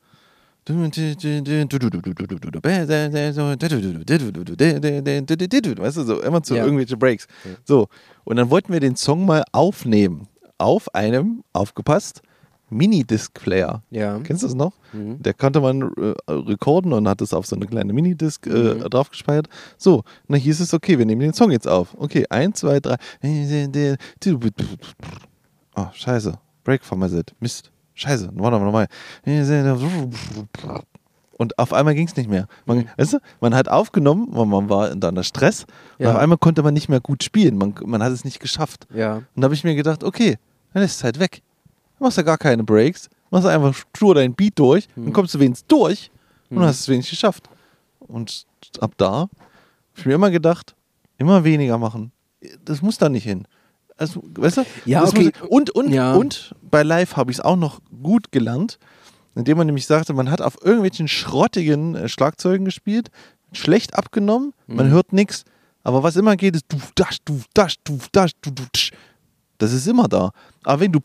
Weißt du, so immer zu Ja. irgendwelche Breaks. Ja. So, und dann wollten wir den Song mal aufnehmen. Auf einem, aufgepasst, Minidisc-Player. Ja. Kennst du das noch? Mhm. Der konnte man äh, recorden und hat es auf so eine kleine Minidisc äh, Mhm. drauf gespeichert. So, und dann hieß es, okay, wir nehmen den Song jetzt auf. Okay, eins, zwei, drei. Oh, scheiße. Break formatted. Mist. Scheiße. Warte mal nochmal. Und auf einmal ging es nicht mehr. Man, weißt du, man hat aufgenommen, man, man war dann unter Stress und Ja. auf einmal konnte man nicht mehr gut spielen. Man, man hat es nicht geschafft. Ja. Und da habe ich mir gedacht, okay, dann ist es halt weg. Du machst ja gar keine Breaks, machst einfach stur dein Beat durch, Mhm. dann kommst du wenigstens durch und Mhm. hast es wenigstens geschafft. Und ab da habe ich mir immer gedacht, immer weniger machen. Das muss da nicht hin. Also, weißt du? Ja, das okay. muss, und, und, Ja. und bei Live habe ich es auch noch gut gelernt, indem man nämlich sagte, man hat auf irgendwelchen schrottigen äh, Schlagzeugen gespielt, schlecht abgenommen, man Mhm. hört nichts, aber was immer geht, ist du, dasch, du, dasch, du, dasch, du, du, tsch. Das ist immer da. Aber wenn du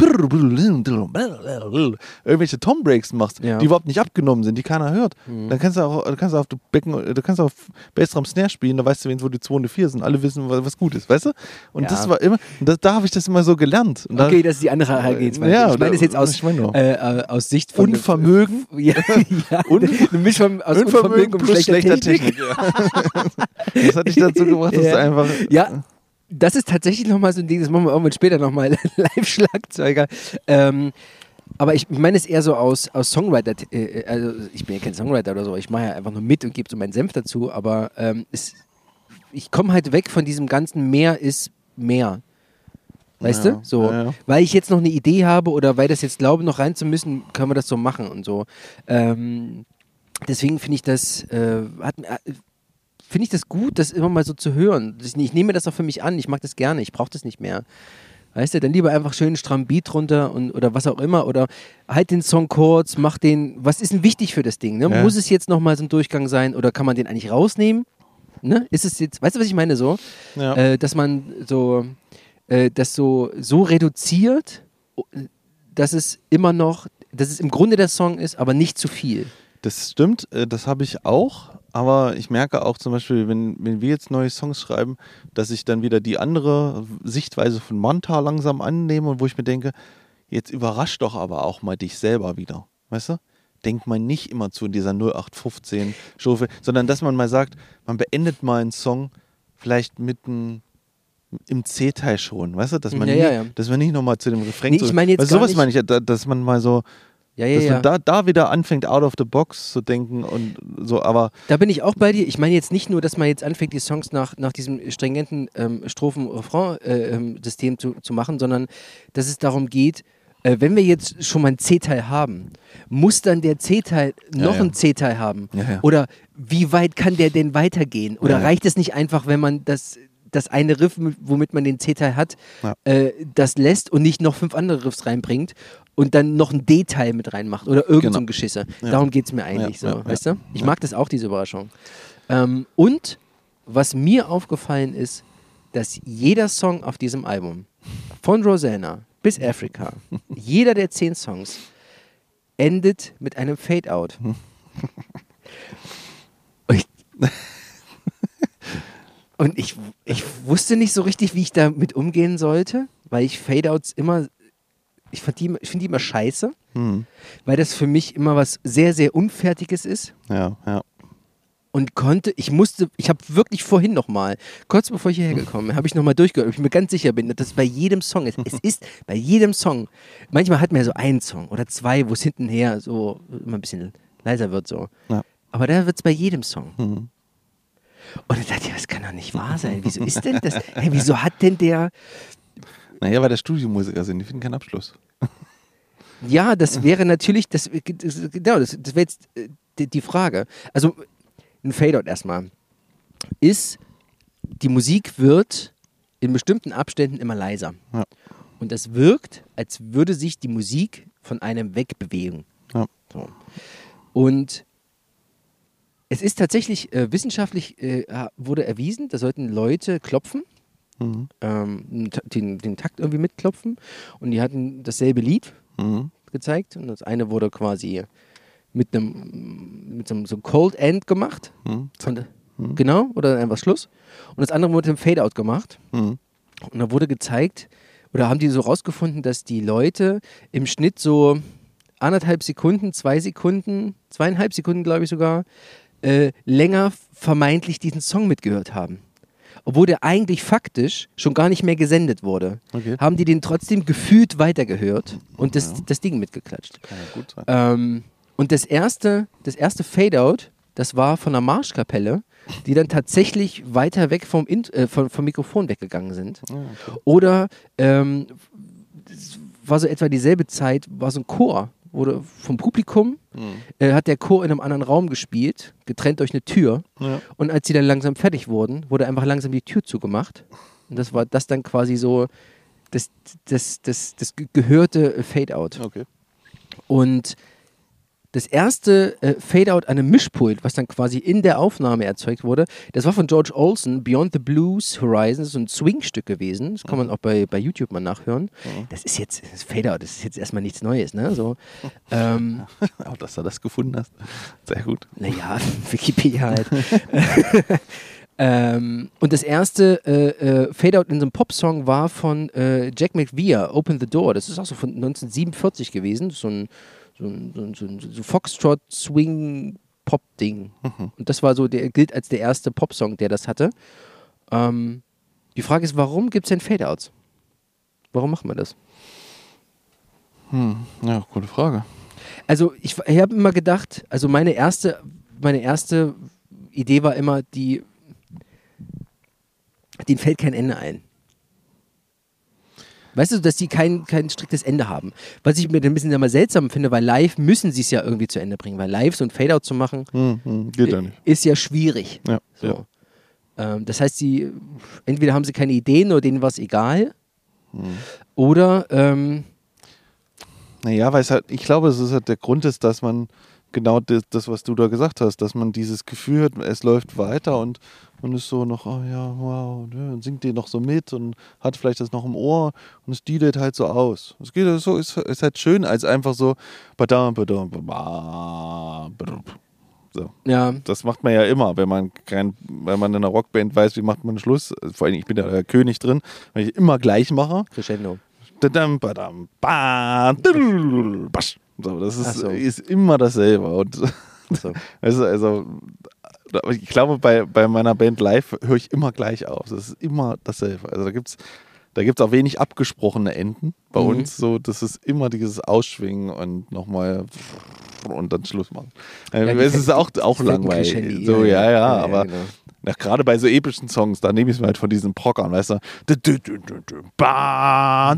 irgendwelche Tom-Breaks machst, Ja. die überhaupt nicht abgenommen sind, die keiner hört, Mhm. dann kannst du auch, du kannst auf du Becken, du kannst auf Bassdrum Snare spielen, da weißt du wenigstens, wo die zwei und die vier sind. Alle wissen, was, was gut ist, weißt du? Und Ja. das war immer, das, da habe ich das immer so gelernt. Und da, Okay, das ist die andere Herangehensweise. Ja, ich meine es jetzt aus, ich meine auch. äh, äh, aus Sicht von Unvermögen. Ja, ja. Un- eine Mischung aus Unvermögen, Unvermögen und plus schlechter, schlechter Technik. Technik. Ja. Das hat dich dazu gebracht, dass Ja. du einfach. Ja, das ist tatsächlich nochmal so ein Ding, das machen wir irgendwann später nochmal, Live-Schlagzeuger. Ähm, aber ich meine es eher so aus, aus Songwriter, äh, also ich bin ja kein Songwriter oder so, ich mache ja einfach nur mit und gebe so meinen Senf dazu, aber ähm, es, ich komme halt weg von diesem ganzen mehr ist mehr. Weißt Ja, du? So, ja, ja. weil ich jetzt noch eine Idee habe oder weil das jetzt glaube, noch rein zu müssen, können wir das so machen und so. Ähm, deswegen finde ich das, äh, hat, äh, finde ich das gut, das immer mal so zu hören. Ich, ich nehme das auch für mich an, ich mag das gerne, ich brauche das nicht mehr. Weißt du, dann lieber einfach schön einen strammen Beat drunter und, oder was auch immer oder halt den Song kurz, mach den, was ist denn wichtig für das Ding? Ne? Ja. Muss es jetzt nochmal so ein Durchgang sein oder kann man den eigentlich rausnehmen? Ne? Ist es jetzt, weißt du, was ich meine so? Ja. Äh, dass man so, äh, das so, so reduziert, dass es immer noch, dass es im Grunde der Song ist, aber nicht zu viel. Das stimmt, äh, das habe ich auch, aber ich merke auch zum Beispiel, wenn, wenn wir jetzt neue Songs schreiben, dass ich dann wieder die andere Sichtweise von Manta langsam annehme und wo ich mir denke, jetzt überrasch doch aber auch mal dich selber wieder, weißt du? Denkt man nicht immer zu dieser null acht fünfzehn Strophe, sondern dass man mal sagt, man beendet mal einen Song vielleicht mit einem im C-Teil schon, weißt du, dass man, Ja, nicht, ja, ja. dass man nicht nochmal zu dem Refrain Nee, so, ich meine jetzt weißt du, gar sowas nicht- meine ich, da- dass man mal so Ja, ja, dass ja. man da, da wieder anfängt, out of the box zu denken und so, aber Da bin ich auch bei dir. Ich meine jetzt nicht nur, dass man jetzt anfängt, die Songs nach, nach diesem stringenten ähm, Strophen-Refrain-System zu, zu machen, sondern dass es darum geht, äh, wenn wir jetzt schon mal einen C-Teil haben, muss dann der C-Teil noch Ja, ja. einen C-Teil haben? Ja, ja. Oder wie weit kann der denn weitergehen? Oder Ja, ja. reicht es nicht einfach, wenn man das, das eine Riff, womit man den C-Teil hat, Ja. äh, das lässt und nicht noch fünf andere Riffs reinbringt? Und dann noch ein D-Teil mit reinmacht oder irgend Genau. so ein Geschisse. Ja. Darum geht es mir eigentlich Ja, so, ja, weißt ja. du? Ich Ja. mag das auch, diese Überraschung. Ähm, und was mir aufgefallen ist, dass jeder Song auf diesem Album, von Rosanna bis Africa, jeder der zehn Songs, endet mit einem Fade-Out. Und ich, und ich, ich wusste nicht so richtig, wie ich damit umgehen sollte, weil ich Fade-Outs immer... Ich, fand die, ich finde die immer scheiße, hm. weil das für mich immer was sehr, sehr Unfertiges ist. ja, ja. Und konnte, ich musste, ich habe wirklich vorhin nochmal, kurz bevor ich hierher gekommen bin, habe ich nochmal durchgehört, ob ich mir ganz sicher bin, dass es bei jedem Song ist. Es ist bei jedem Song. Manchmal hat man ja so einen Song oder zwei, wo es hintenher so immer ein bisschen leiser wird. So. Ja. Aber da wird es bei jedem Song. Hm. Und dann dachte ich, das kann doch nicht wahr sein. Wieso ist denn das? Hey, wieso hat denn der. Naja, weil der Studiomusiker sind, die finden keinen Abschluss. Ja, das wäre natürlich, das, das, genau, das, das wäre jetzt äh, die, die Frage. Also ein Fade-Out erstmal. Ist, die Musik wird in bestimmten Abständen immer leiser. Ja. Und das wirkt, als würde sich die Musik von einem wegbewegen. Ja. So. Und es ist tatsächlich äh, wissenschaftlich äh, wurde erwiesen, da sollten Leute klopfen, Mhm. ähm, den, den Takt irgendwie mitklopfen und die hatten dasselbe Lied Mhm. gezeigt und das eine wurde quasi mit einem mit so einem so Cold End gemacht Mhm. und, genau, oder einfach Schluss und das andere wurde mit einem Fade-Out gemacht Mhm. und da wurde gezeigt oder haben die so rausgefunden, dass die Leute im Schnitt so anderthalb Sekunden, zwei Sekunden, zweieinhalb Sekunden glaube ich sogar äh, länger vermeintlich diesen Song mitgehört haben. Obwohl der eigentlich faktisch schon gar nicht mehr gesendet wurde, Okay. haben die den trotzdem gefühlt weitergehört und das, das Ding mitgeklatscht. Kann ja gut sein. Ähm, und das erste, das erste Fade-Out, das war von der Marschkapelle, die dann tatsächlich weiter weg vom, In äh, vom, vom Mikrofon weggegangen sind. Ja, okay. Oder ähm, das war so etwa dieselbe Zeit, war so ein Chor, wurde vom Publikum, Mhm. äh, hat der Chor in einem anderen Raum gespielt, getrennt durch eine Tür. Ja. Und als sie dann langsam fertig wurden, wurde einfach langsam die Tür zugemacht. Und das war das dann quasi so das, das, das, das ge- gehörte Fade-Out. Okay. Und das erste äh, Fade-Out an einem Mischpult, was dann quasi in der Aufnahme erzeugt wurde, das war von George Olsen, Beyond the Blues Horizons, so ein Swing-Stück gewesen. Das kann man auch bei, bei YouTube mal nachhören. Das ist jetzt, das Fade-Out, das ist jetzt erstmal nichts Neues, ne? So, ähm, Auch, dass du das gefunden hast. Sehr gut. naja, Wikipedia halt. ähm, und das erste äh, äh, Fade-Out in so einem Popsong war von äh, Jack McVier, Open the Door. Das ist auch so von neunzehnhundertsiebenundvierzig gewesen. So ein, so ein, so ein, so ein so Foxtrot-Swing-Pop-Ding. Mhm. Und das war so, der gilt als der erste Popsong, der das hatte. Ähm, die Frage ist, warum gibt es denn Fade-Outs? Warum machen wir das? Hm. Ja, gute Frage. Also ich, ich habe immer gedacht, also meine erste, meine erste Idee war immer, die, denen fällt kein Ende ein. Weißt du, dass die kein, kein striktes Ende haben. Was ich mir ein bisschen immer seltsam finde, weil live müssen sie es ja irgendwie zu Ende bringen, weil live so ein Fade-Out zu machen, Hm, hm. Geht ja äh, nicht. ist ja schwierig. Ja. So. Ja. Ähm, das heißt, sie, entweder haben sie keine Ideen oder denen war es egal, Hm. oder ähm, Naja, weil es halt, ich glaube, es ist halt der Grund ist, dass man genau das, das, was du da gesagt hast, dass man dieses Gefühl hat, es läuft weiter und man ist so noch, oh ja, wow, ne, und singt den noch so mit und hat vielleicht das noch im Ohr und es dealet halt so aus. Es geht so, ist, ist halt schön, als einfach so, badam, badam, badam, badam. So. ja, Das macht man ja immer, wenn man kein, wenn man in einer Rockband weiß, wie macht man Schluss. Vor allem, ich bin ja der König drin, weil ich immer gleich mache. Crescendo. Dadam, badam, ba, dudel, basch. So, das Ach ist, so. ist immer dasselbe. Und So. also, also, ich glaube, bei, bei meiner Band live höre ich immer gleich auf. Das ist immer dasselbe. Also da gibt es Da gibt es auch wenig abgesprochene Enden bei Mhm. uns. So, das ist immer dieses Ausschwingen und nochmal und dann Schluss machen. Ja, Ähm, die es ist Fe- auch, die- auch die fetten langweilig. Crescendi, So, ja, ja, aber genau. na, gerade bei so epischen Songs, da nehme ich es mir halt von diesen Prockern, weißt du? Ba,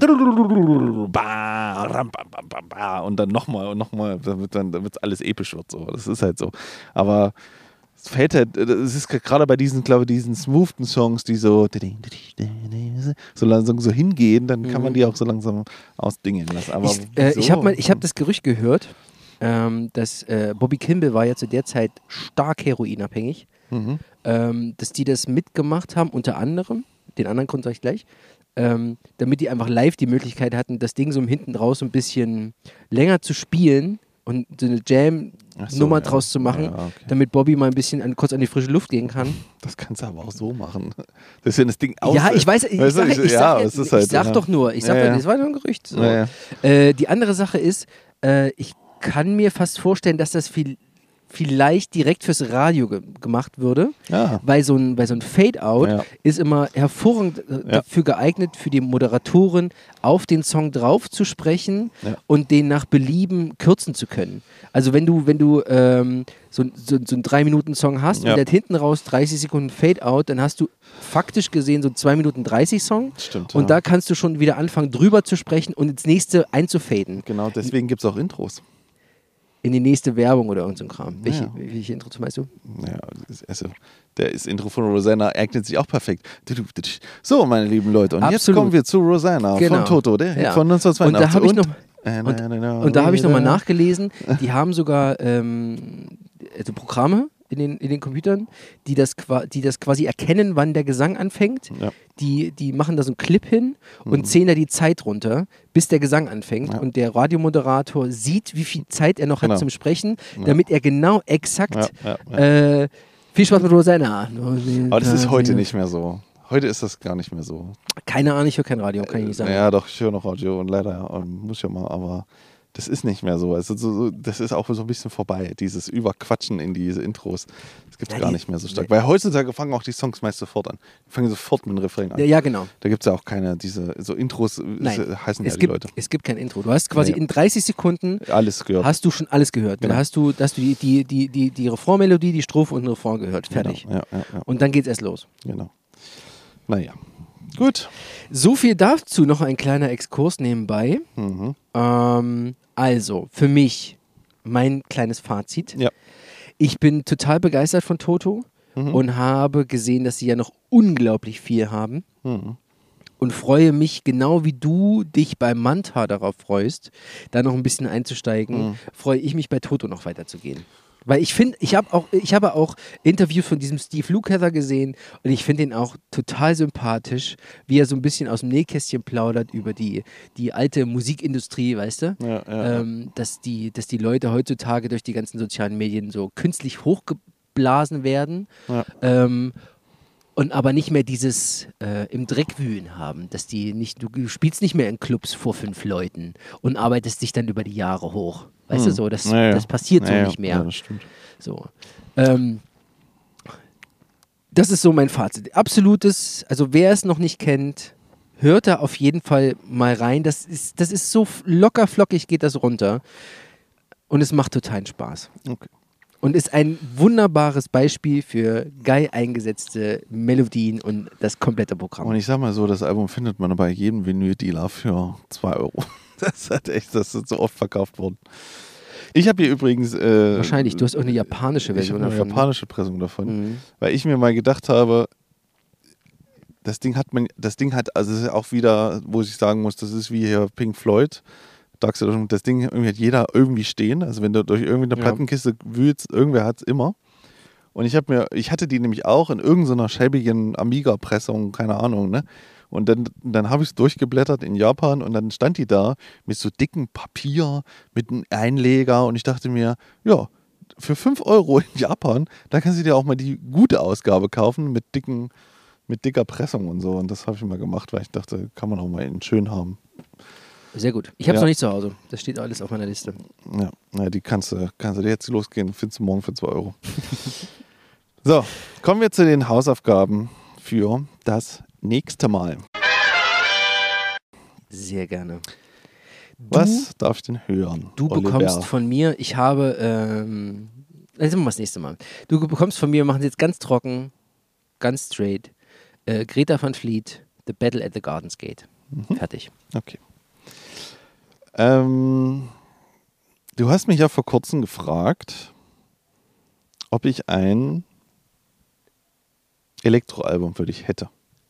ba, ram, bam, bam, bam, ba, und dann nochmal und nochmal, damit dann damit alles episch wird. So. Das ist halt so. Aber es fällt halt, es ist gerade bei diesen, glaube ich, diesen smoothen Songs, die so so langsam so hingehen, dann kann man die auch so langsam ausdingen lassen. Aber Ich, äh, so, ich habe ich hab das Gerücht gehört, ähm, dass äh, Bobby Kimball war ja zu der Zeit stark heroinabhängig, mhm. ähm, dass die das mitgemacht haben, unter anderem, den anderen Grund sage ich gleich, ähm, damit die einfach live die Möglichkeit hatten, das Ding so hinten raus so ein bisschen länger zu spielen und so eine Ach so, Jam-Nummer ja. draus zu machen, Ja, okay. damit Bobby mal ein bisschen an, kurz an die frische Luft gehen kann. Das kannst du aber auch so machen. Das ist ja das Ding aus. Ja, ich weiß, ich, Weißt du, sag, ich- ich, ja, sag, es ja, ist halt, ich sag ja. doch nur, ich sag Ja, doch, ja. das war nur ein Gerücht. So. Ja, ja. Äh, die andere Sache ist, äh, ich kann mir fast vorstellen, dass das viel, vielleicht direkt fürs Radio ge gemacht würde, Ja. weil so ein, weil so ein Fade-Out Ja. ist immer hervorragend äh, Ja. dafür geeignet, für die Moderatorin auf den Song drauf zu sprechen Ja. und den nach Belieben kürzen zu können. Also wenn du, wenn du ähm, so, so, so einen drei Minuten Song hast Ja. und der hat hinten raus dreißig Sekunden Fade-Out, dann hast du faktisch gesehen so einen zwei Minuten dreißig Song Stimmt. und ja. da kannst du schon wieder anfangen, drüber zu sprechen und ins nächste einzufaden. Genau, deswegen gibt es auch Intros. In die nächste Werbung oder irgend so ein Kram. Welche, Ja. welche Intro meinst du? Ja, also, der ist Intro von Rosanna eignet sich auch perfekt. So, meine lieben Leute, und jetzt Absolut. kommen wir zu Rosanna Genau. von Toto, der Hit Ja. von Und da neunzehnhundertzweiundachtzig. habe ich noch, Äh, und, na, na, na, und da habe ich nochmal na. nachgelesen, die haben sogar ähm, also Programme in den, in den Computern, die das, qua- die das quasi erkennen, wann der Gesang anfängt. Ja. Die, die machen da so einen Clip hin und Mhm. zählen da die Zeit runter, bis der Gesang anfängt. Ja. Und der Radiomoderator sieht, wie viel Zeit er noch Genau. hat zum Sprechen, Ja. damit er genau exakt Ja, ja, ja. Äh, viel Spaß mit Rosanna. Aber das ist heute nicht mehr so. Heute ist das gar nicht mehr so. Keine Ahnung, ich höre kein Radio, kann ich nicht sagen. Ja, doch, ich höre noch Radio und leider ähm, muss ja mal, aber das ist nicht mehr so. Also so, so, das ist auch so ein bisschen vorbei, dieses Überquatschen in diese Intros. Das gibt es Ja, gar die- nicht mehr so stark. Weil heutzutage fangen auch die Songs meist sofort an. Die fangen sofort mit dem Refrain an. Ja, ja, genau. Da gibt es ja auch keine, diese, so Intros Nein, ist, heißen es ja die gibt, Leute. es gibt kein Intro. Du hast quasi Nee. in dreißig Sekunden Alles gehört. hast du schon alles gehört. Genau. Da hast du, da hast du die, die, die, die, die Refrainmelodie, die Strophe und den Refrain gehört. Fertig. Genau. Ja, ja, ja, Und dann geht's erst los. genau. Naja, gut. So viel dazu, noch ein kleiner Exkurs nebenbei. Mhm. Ähm, also, für mich, mein kleines Fazit. Ja. Ich bin total begeistert von Toto Mhm. und habe gesehen, dass sie ja noch unglaublich viel haben. Mhm. Und freue mich, genau wie du dich bei Manta darauf freust, da noch ein bisschen einzusteigen, Mhm. freue ich mich bei Toto noch weiterzugehen. Weil ich finde, ich habe auch, ich habe auch Interviews von diesem Steve Lukather gesehen und ich finde ihn auch total sympathisch, wie er so ein bisschen aus dem Nähkästchen plaudert über die, die alte Musikindustrie, weißt du? Ja, ja, Ähm, dass, die, dass die Leute heutzutage durch die ganzen sozialen Medien so künstlich hochgeblasen werden. ja. Ähm, und aber nicht mehr dieses äh, im Dreck wühlen haben, dass die nicht, du spielst nicht mehr in Clubs vor fünf Leuten und arbeitest dich dann über die Jahre hoch. Weißt du Hm. so, das, Ja, ja. das passiert Ja, so ja. nicht mehr. Ja, das stimmt. So. Ähm, das ist so mein Fazit. Absolutes, also wer es noch nicht kennt, hört da auf jeden Fall mal rein. Das ist, das ist so f- locker flockig geht das runter. Und es macht totalen Spaß. Okay. Und ist ein wunderbares Beispiel für geil eingesetzte Melodien und das komplette Programm. Und ich sag mal so, das Album findet man bei jedem Vinyl-Dealer für zwei Euro. Das hat echt, das ist so oft verkauft worden. Ich habe hier übrigens. Äh, Wahrscheinlich, du hast auch eine japanische Ich Version habe eine davon. japanische Pressung davon, Mhm. weil ich mir mal gedacht habe, das Ding hat man, das Ding hat, also es ist auch wieder, wo ich sagen muss, das ist wie hier Pink Floyd. Dark Side of the Moon, das Ding irgendwie hat jeder irgendwie stehen. Also wenn du durch irgendwie eine Ja. Plattenkiste wühlst, irgendwer hat es immer. Und ich habe mir, ich hatte die nämlich auch in irgendeiner schäbigen Amiga-Pressung, keine Ahnung, ne? Und dann, dann habe ich es durchgeblättert in Japan und dann stand die da mit so dicken Papier, mit einem Einleger und ich dachte mir, ja, für fünf Euro in Japan, da kannst du dir auch mal die gute Ausgabe kaufen mit dicken, mit dicker Pressung und so. Und das habe ich mal gemacht, weil ich dachte, kann man auch mal in schön haben. Sehr gut. Ich habe es Ja. noch nicht zu Hause. Das steht alles auf meiner Liste. Ja, na, die kannst du, kannst du dir jetzt losgehen, findest du morgen für zwei Euro. So, kommen wir zu den Hausaufgaben für das nächste Mal. Sehr gerne. Was darf ich denn hören? Du Oliver? bekommst von mir, ich habe, ähm, das machen wir das nächste Mal. Du bekommst von mir, wir machen es jetzt ganz trocken, ganz straight, äh, Greta van Fleet, The Battle at the Gardens Gate. Mhm. Fertig. Okay. Ähm, du hast mich ja vor kurzem gefragt, ob ich ein Elektroalbum für dich hätte.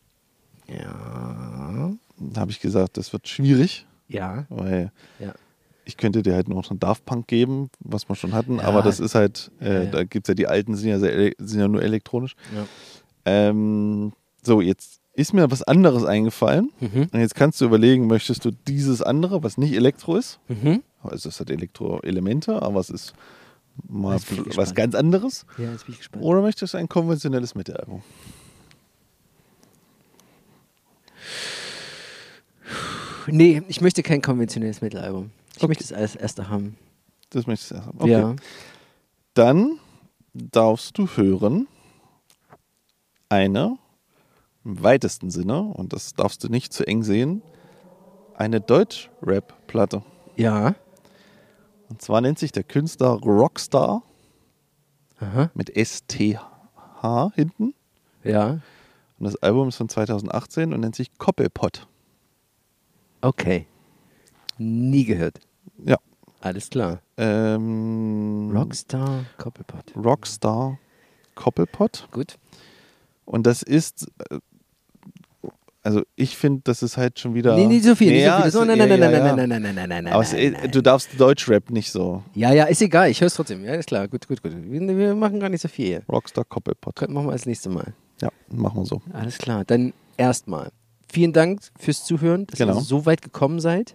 Ja. Da habe ich gesagt, das wird schwierig, Ja. weil Ja. ich könnte dir halt nur noch einen Daft Punk geben, was wir schon hatten, Ja. aber das ist halt, äh, Ja, ja. da gibt es ja die alten, sind ja, sehr, ele- sind ja nur elektronisch. Ja. Ähm, so, jetzt ist mir was anderes eingefallen Mhm. und jetzt kannst du überlegen, möchtest du dieses andere, was nicht Elektro ist? Mhm. Also es hat Elektroelemente, aber es ist mal Jetzt bin ich was gespannt. ganz anderes. Ja, jetzt bin ich gespannt. Oder möchtest du ein konventionelles Mittelalbum? Nee, ich möchte kein konventionelles Mittelalbum. Ich Okay. möchte es als erste haben. Das möchtest du erst haben. Okay. Ja. Dann darfst du hören eine, im weitesten Sinne, und das darfst du nicht zu eng sehen, eine Deutsch-Rap-Platte. Ja. Und zwar nennt sich der Künstler Rockstar Aha. mit S T H hinten. Ja. Und das Album ist von zweitausendachtzehn und nennt sich Koppelpott. Okay. Nie gehört. Ja. Alles klar. Ähm, Rockstar Koppelpott. Rockstar Koppelpott. Gut. Und das ist, äh, also ich finde, das ist halt schon wieder... Nee, nicht so viel. Nee, Nicht ja, so viel. es- So, nein, ja, nein, ja, nein, nein, ja. nein, nein, nein, nein, nein, nein, Aber es, nein, äh, nein. du darfst Deutschrap nicht so. Ja, ja, ist egal. Ich höre es trotzdem. Ja, ist klar. Gut, gut, gut. Wir, wir machen gar nicht so viel hier. Rockstar Koppelpott. Können- Machen wir als nächstes Mal. Ja, machen wir so. Alles klar. Dann erstmal. Vielen Dank fürs Zuhören, dass Genau. ihr so weit gekommen seid.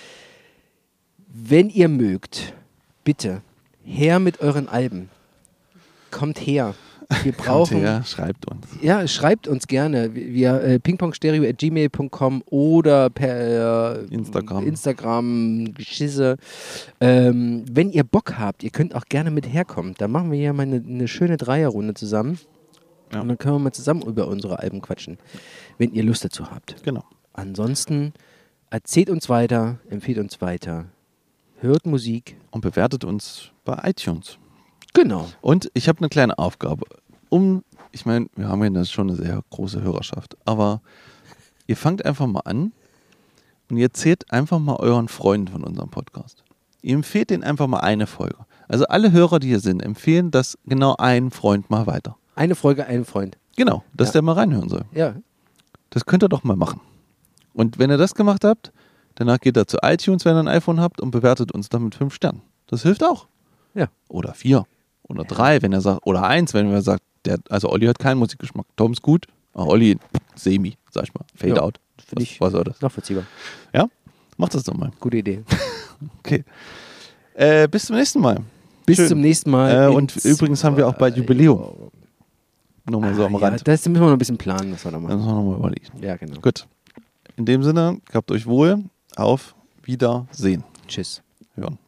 Wenn ihr mögt, bitte her mit euren Alben. Kommt her. Wir brauchen. Kommt her, schreibt uns. Ja, schreibt uns gerne via äh, pingpongstereo at gmail punkt com oder per äh, Instagram. Instagram, Schisse. Ähm, wenn ihr Bock habt, ihr könnt auch gerne mit herkommen. Da machen wir hier mal eine, eine schöne Dreierrunde zusammen. Ja. Und dann können wir mal zusammen über unsere Alben quatschen, wenn ihr Lust dazu habt. Genau. Ansonsten erzählt uns weiter, empfiehlt uns weiter, hört Musik. Und bewertet uns bei iTunes. Genau. Und ich habe eine kleine Aufgabe. Um, ich meine, wir haben ja schon eine sehr große Hörerschaft, aber ihr fangt einfach mal an und ihr erzählt einfach mal euren Freunden von unserem Podcast. Ihr empfehlt denen einfach mal eine Folge. Also alle Hörer, die hier sind, empfehlen das genau einen Freund mal weiter. Eine Folge, ein Freund. Genau, dass Ja. der mal reinhören soll. Ja. Das könnt ihr doch mal machen. Und wenn ihr das gemacht habt, danach geht ihr zu iTunes, wenn ihr ein iPhone habt, und bewertet uns dann mit fünf Sternen. Das hilft auch. Ja. Oder vier. Oder drei, wenn er sagt, oder eins, wenn er sagt, der, also Olli hat keinen Musikgeschmack. Tom ist gut, aber Olli semi, sag ich mal. Fade Ja, out. Finde Was, ich was soll das? nachvollziehbar. Ja? Macht das doch mal. Gute Idee. Okay. Äh, bis zum nächsten Mal. Bis Schön. zum nächsten Mal. Äh, in und übrigens haben wir auch bald zwei Jubiläum. Wochen. Nur mal so am Ah, ja, Rand. das müssen wir noch ein bisschen planen, was wir da Das machen. müssen wir nochmal überlegen. Ja, genau. Gut. In dem Sinne, gehabt euch wohl. Auf Wiedersehen. Tschüss. Hören.